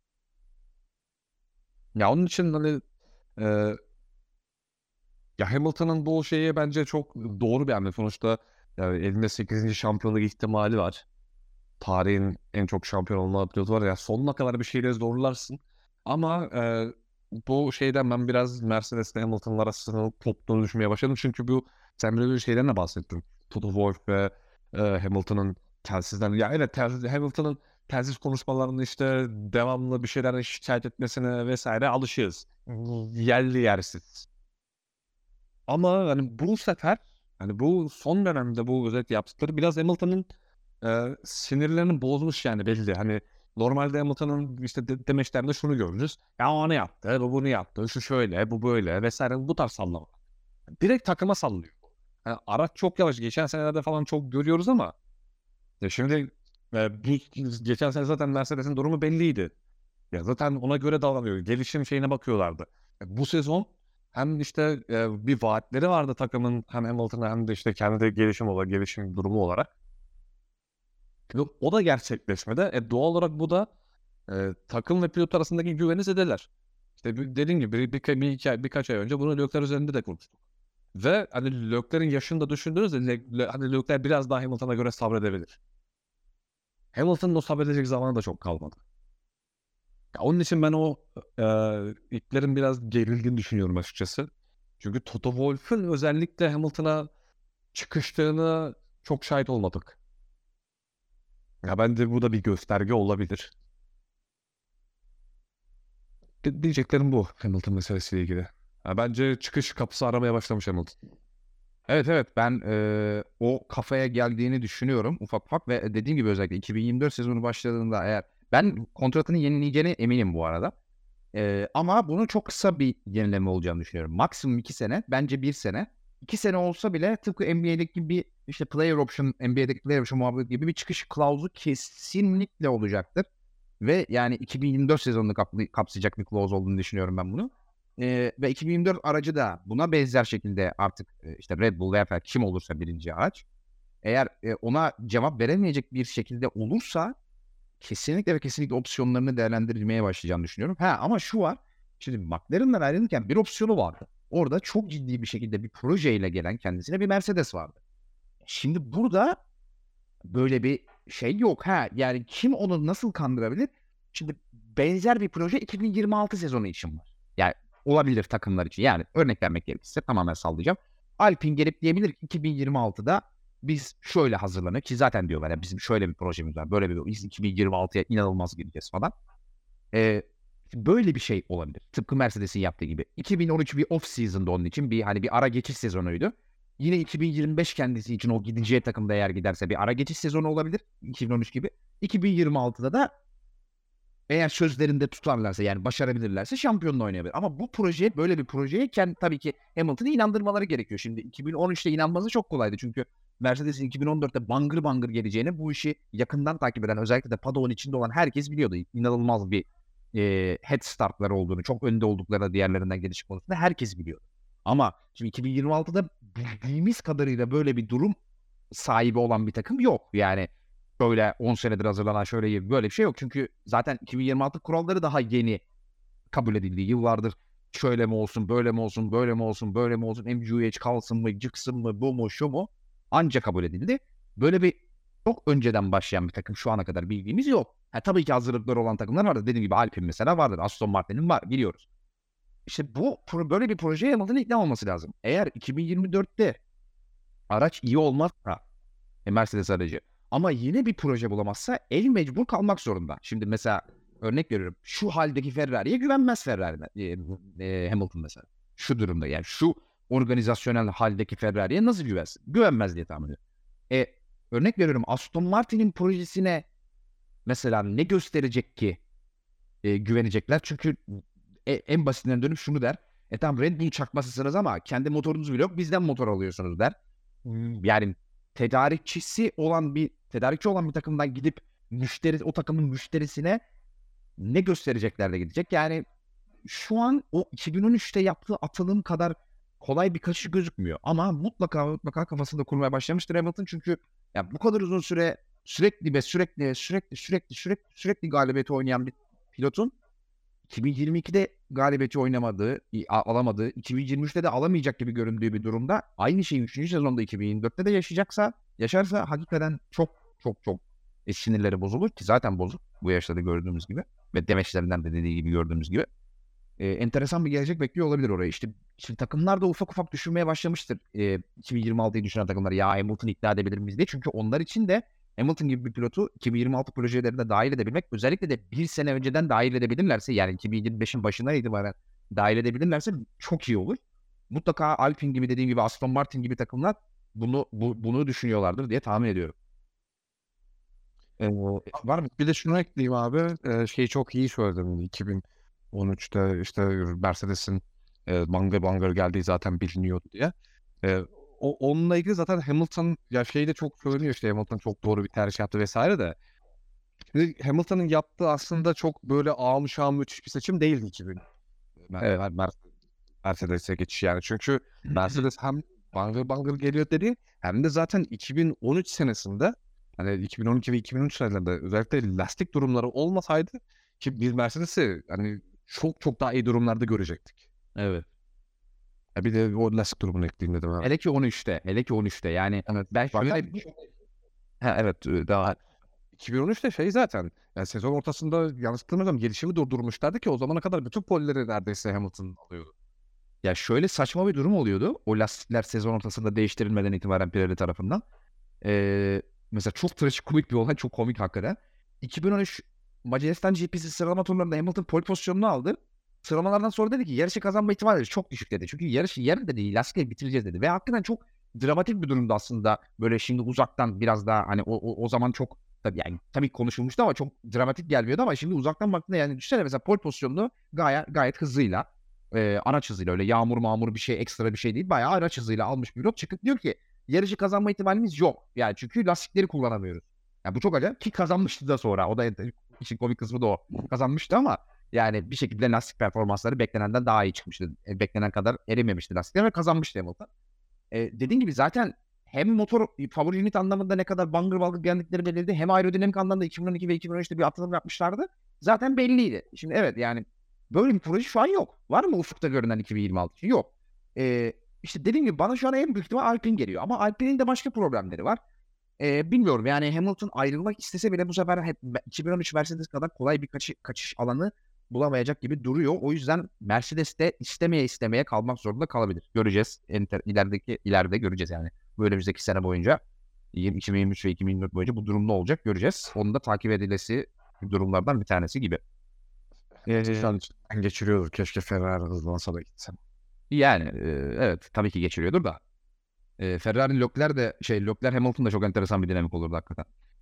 Ya onun için hani e, ya Hamilton'ın bu şeye bence çok doğru bir hamle. Sonuçta yani elinde 8. şampiyonluk ihtimali var. Tarihin en çok şampiyon olma pilotu var ya sonuna kadar bir şeyleri zorlarsın. Ama bu şeyden ben biraz Mercedes'le Hamilton'ın arasının koptuğunu düşünmeye başladım. Çünkü bu sen böyle bir şeyden de bahsettin. Toto Wolff ve Hamilton'ın telsizden ya evet Hamilton'ın telsiz konuşmalarını işte devamlı bir şeylerden şikayet etmesine vesaire alışığız. Yerli yersiz. Ama hani bu sefer hani bu son dönemde bu özellikle yaptıkları biraz Hamilton'ın sinirlerini bozmuş yani belli. Hani normalde Hamilton'ın işte demeçlerinde şunu görürüz. Ya o ne yaptı, bu bunu yaptı, şu şöyle, bu böyle vesaire bu tarz sallama. Direkt takıma sallıyor. Yani araç çok yavaş. Geçen senelerde falan çok görüyoruz ama ya şimdi bu geçen sene zaten Mercedes'in durumu belliydi. Ya zaten ona göre davranıyor. Gelişim şeyine bakıyorlardı. Bu sezon hem işte bir vaatleri vardı takımın hem Hamilton'a hem de işte kendi de gelişim durumu olarak. Ve o da gerçekleşmedi. Doğal olarak bu da takım ve pilot arasındaki güveni zedeler. İşte dediğim gibi birkaç ay önce bunu Leclerc üzerinde de konuştuk. Ve hani Leclerc'in yaşını da düşündüğünüzde hani Leclerc biraz daha Hamilton'a göre sabredebilir. Hamilton'ın o sabredecek zamanı da çok kalmadı. Ya onun için ben o iplerin biraz gerildiğini düşünüyorum açıkçası. Çünkü Toto Wolff'un özellikle Hamilton'a çıkıştığını çok şahit olmadık. Ya bence bu da bir gösterge olabilir. Diyeceklerim bu Hamilton meselesiyle ilgili. Ya bence çıkış kapısı aramaya başlamış Hamilton. Evet evet ben o kafaya geldiğini düşünüyorum ufak ufak ve dediğim gibi özellikle 2024 sezonu başladığında eğer ben kontratını yenileyeceğine eminim bu arada. Ama bunu çok kısa bir yenileme olacağını düşünüyorum. Maksimum 2 sene, bence 1 sene. 2 sene olsa bile tıpkı NBA'deki gibi işte NBA'deki player option muhabbeti gibi bir çıkış klauzu kesinlikle olacaktır. Ve yani 2024 sezonunu kapsayacak bir clause olduğunu düşünüyorum ben bunu. Ve 2024 aracı da buna benzer şekilde artık işte Red Bull veya kim olursa birinci araç. Eğer ona cevap veremeyecek bir şekilde olursa kesinlikle ve kesinlikle opsiyonlarını değerlendirilmeye başlayacağını düşünüyorum. Ama şu var. Şimdi McLaren'dan ayrılırken bir opsiyonu vardı. Orada çok ciddi bir şekilde bir projeyle gelen kendisine bir Mercedes vardı. Şimdi burada böyle bir şey yok. Yani kim onu nasıl kandırabilir? Şimdi benzer bir proje 2026 sezonu için var. Yani olabilir takımlar için. Yani örnek vermek gerekirse tamamen sallayacağım. Alpine gelip diyebilir ki 2026'da biz şöyle hazırlanıyor ki zaten diyorlar ya bizim şöyle bir projemiz var. Böyle biz 2026'ya inanılmaz gideceğiz falan. Böyle bir şey olabilir. Tıpkı Mercedes'in yaptığı gibi. 2013 bir off season'da onun için bir ara geçiş sezonuydu. Yine 2025 kendisi için o gideceği takımda eğer giderse bir ara geçiş sezonu olabilir. 2013 gibi. 2026'da da eğer sözlerinde tutarlarsa yani başarabilirlerse şampiyonla oynayabilir. Ama bu proje böyle bir projeye tabii ki Hamilton'ı inandırmaları gerekiyor. Şimdi 2013'te inanması çok kolaydı. Çünkü Mercedes'in 2014'te bangır bangır geleceğini bu işi yakından takip eden özellikle de paddock'un içinde olan herkes biliyordu. İnanılmaz bir head startları olduğunu, çok önde olduklarını diğerlerinden gelişim konusunda herkes biliyordu. Ama şimdi 2026'da bildiğimiz kadarıyla böyle bir durum sahibi olan bir takım yok. Yani böyle 10 senedir hazırlanan şöyle böyle bir şey yok. Çünkü zaten 2026 kuralları daha yeni kabul edildi. Yıllardır şöyle mi olsun, böyle mi olsun, böyle mi olsun, böyle mi olsun, MGUH kalsın mı, çıksın mı, bu mu, şu mu anca kabul edildi. Böyle bir çok önceden başlayan bir takım şu ana kadar bildiğimiz yok. Tabii ki hazırlıkları olan takımlar vardır. Dediğim gibi Alpine mesela vardır. Aston Martin'in var biliyoruz. İşte böyle bir projeye Hamilton'ın ikna olması lazım. Eğer 2024'te araç iyi olmazsa Mercedes aracı ama yine bir proje bulamazsa mecbur kalmak zorunda. Şimdi mesela örnek veriyorum. Şu haldeki Ferrari'ye güvenmez Hamilton mesela. Şu durumda yani şu organizasyonel haldeki Ferrari'ye nasıl güvensin? Güvenmez diye tahmin ediyorum. Örnek veriyorum Aston Martin'in projesine mesela ne gösterecek ki güvenecekler? Çünkü en basitinden dönüp şunu der. Tamam Red Bull çakmasısınız ama kendi motorunuz bile yok bizden motor alıyorsunuz der. Yani tedarikçi olan bir takımdan gidip o takımın müşterisine ne gösterecekler de gidecek. Yani şu an o 2013'te yaptığı atılım kadar kolay bir kaçış gözükmüyor. Ama mutlaka kafasında kurmaya başlamıştır Hamilton. Çünkü ya bu kadar uzun süre sürekli galibiyeti oynayan bir pilotun 2022'de galibiyeti alamadığı, 2023'te de alamayacak gibi göründüğü bir durumda aynı şeyi 3. sezonda 2024'te de yaşarsa hakikaten çok çok çok sinirleri bozulur ki zaten bozuk bu yaşta da gördüğümüz gibi ve demeçlerinden de dediği gibi gördüğümüz gibi. Enteresan bir gelecek bekliyor olabilir orayı. Şimdi takımlar da ufak ufak düşünmeye başlamıştır. 2026'yı düşünen takımlar ya Hamilton'ı ikna edebilir miyiz diye. Çünkü onlar için de Hamilton gibi bir pilotu 2026 projelerine dahil edebilmek özellikle de bir sene önceden dahil edebilirlerse yani 2025'in başından itibaren dahil edebilirlerse çok iyi olur. Mutlaka Alpine gibi dediğim gibi Aston Martin gibi takımlar bunu düşünüyorlardır diye tahmin ediyorum. Var mı? Bir de şunu ekleyeyim abi. Şeyi çok iyi söyledim. 2013'te işte Mercedes'in bangır bangır geldiği zaten biliniyordu diye. Onunla ilgili zaten Hamilton ya şeyde çok söyleniyor işte Hamilton çok doğru bir tercih yaptı vesaire de. Şimdi Hamilton'ın yaptığı aslında çok böyle ağam müthiş bir seçim değildi 2000. Mercedes'e geçiş yani. Çünkü Mercedes hem bangır bangır geliyor dedi hem de zaten 2013 senesinde hani 2012 ve 2013 senelerinde özellikle lastik durumları olmasaydı ki biz Mercedes'i hani çok çok daha iyi durumlarda görecektik. Evet. Bir de o lastik durumunu ekleyeyim dedim. Hele ki 13'te yani Evet. ben şöyle evet daha 2013'te şey zaten yani sezon ortasında yanlış hatırlamıyorsam gelişimi durdurmuşlardı ki o zamana kadar bütün polleri neredeyse Hamilton alıyordu. Ya şöyle saçma bir durum oluyordu. O lastikler sezon ortasında değiştirilmeden itibaren Pirelli tarafından. Mesela çok trajikomik bir olay. Çok komik hakikaten. 2013 Macaristan GP'si sıralama turlarında Hamilton pole pozisyonunu aldı. Sıralamalardan sonra dedi ki yarışı kazanma ihtimali çok düşük dedi. Çünkü yarışı yarın dedi lastikleri bitireceğiz dedi. Ve hakikaten çok dramatik bir durumda aslında. Böyle şimdi uzaktan biraz daha hani o zaman çok tabii konuşulmuştu ama çok dramatik gelmiyordu ama şimdi uzaktan baktığında yani düşünsene mesela pole pozisyonunu gayet hızlıyla araç hızıyla öyle yağmur bir şey ekstra bir şey değil. Bayağı araç hızıyla almış bir pilot çıkıp diyor ki yarışı kazanma ihtimalimiz yok. Yani çünkü lastikleri kullanamıyoruz. Yani bu çok acayip ki kazanmıştı da sonra. O da işin komik kısmı da o. Kazanmıştı ama yani bir şekilde lastik performansları beklenenden daha iyi çıkmıştı. Beklenen kadar erimemişti lastikler ve kazanmıştı Hamilton. Dediğim gibi zaten hem motor favori unit anlamında ne kadar bangır bangır geldikleri belliydi. Hem aerodinamik anlamda 2012 ve 2013'te bir atılım yapmışlardı. Zaten belliydi. Şimdi evet yani böyle bir proje şu an yok. Var mı ufukta görünen 2026? Yok. İşte dediğim gibi bana şu an en büyük ihtimal Alpine geliyor. Ama Alpine'in de başka problemleri var. Bilmiyorum yani Hamilton ayrılmak istese bile bu sefer 2013 Mercedes kadar kolay bir kaçış alanı bulamayacak gibi duruyor. O yüzden Mercedes de istemeye kalmak zorunda kalabilir. Göreceğiz. İleride göreceğiz yani. Bu önümüzdeki sene boyunca 2023 ve 2024 boyunca bu durum ne olacak göreceğiz. Onun da takip edilesi durumlardan bir tanesi gibi. Şu an içinden geçiriyordur. Keşke Ferrari hızlansa da gitsem. Yani evet tabii ki geçiriyordur da. Ferrari Leclerc Hamilton da çok enteresan bir dinamik olurdu hakikaten.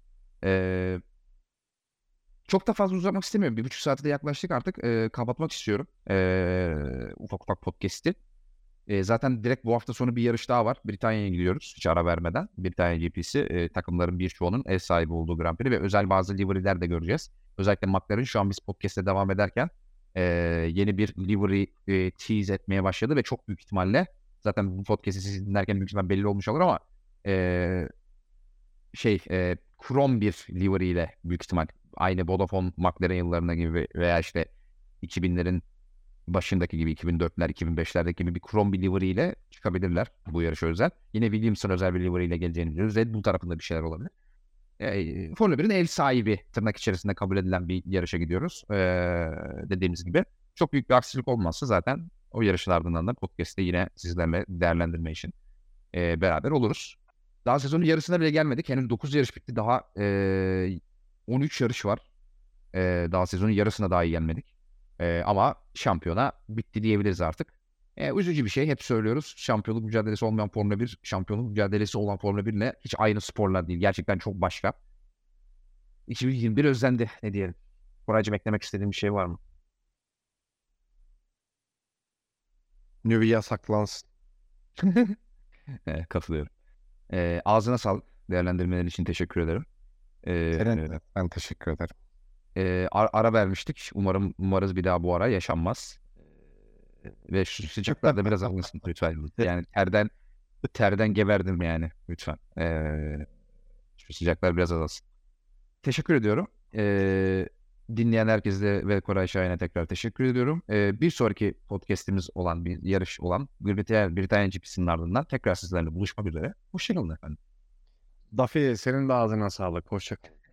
Çok da fazla uzatmak istemiyorum. 1,5 saate de yaklaştık artık. Kapatmak istiyorum. Ufak ufak podcast'i. Zaten direkt bu hafta sonu bir yarış daha var. Britanya'ya gidiyoruz. Hiç ara vermeden. Britanya GP'si takımların birçoğunun ev sahibi olduğu Grand Prix ve özel bazı livery'ler de göreceğiz. Özellikle McLaren şu an biz podcast'te devam ederken yeni bir livery tease etmeye başladı ve çok büyük ihtimalle zaten bu podcast'i siz dinlerken büyük ihtimalle belli olmuş olur ama krom bir livery ile büyük ihtimal aynı Vodafone McLaren yıllarına gibi veya işte 2000'lerin başındaki gibi 2004'ler 2005'lerdeki gibi bir krom bir livery ile çıkabilirler bu yarışa özel. Yine Williams'ın özel bir livery ile geleceğini biliyoruz. Red Bull tarafında bir şeyler olabilir. Formula 1'in ev sahibi tırnak içerisinde kabul edilen bir yarışa gidiyoruz. Dediğimiz gibi. Çok büyük bir aksilik olmazsa zaten o yarışın ardından da podcast'te yine sizlerle değerlendirme için beraber oluruz. Daha sezonun yarısına bile gelmedik. Henüz 9 yarış bitti. Daha 13 yarış var. Daha sezonun yarısına daha iyi gelmedik. Ama şampiyona bitti diyebiliriz artık. Üzücü bir şey. Hep söylüyoruz. Şampiyonluk mücadelesi olmayan Formula 1, şampiyonluk mücadelesi olan Formula 1 ile hiç aynı sporlar değil. Gerçekten çok başka. 2021 özlendi. Ne diyelim. Koraycığım eklemek istediğin bir şey var mı? Nüvi yasaklansın. Katılıyorum. Ağzına sağlık. Değerlendirmeler için teşekkür ederim. Ben teşekkür ederim. Ara vermiştik. Umarız bir daha bu ara yaşanmaz. Ve şu sıcaklarda biraz azalsın lütfen. Yani terden geberdim yani lütfen. Şu sıcaklar biraz azalsın. Teşekkür ediyorum. Dinleyen herkese ve Koray Şahin'e tekrar teşekkür ediyorum. Bir sonraki podcast'imiz olan bir yarış olan Britanya GP'sinin ardından tekrar sizlerle buluşmak üzere. Hoşçakalın efendim. Dafi senin de ağzına sağlık. Hoşça kal.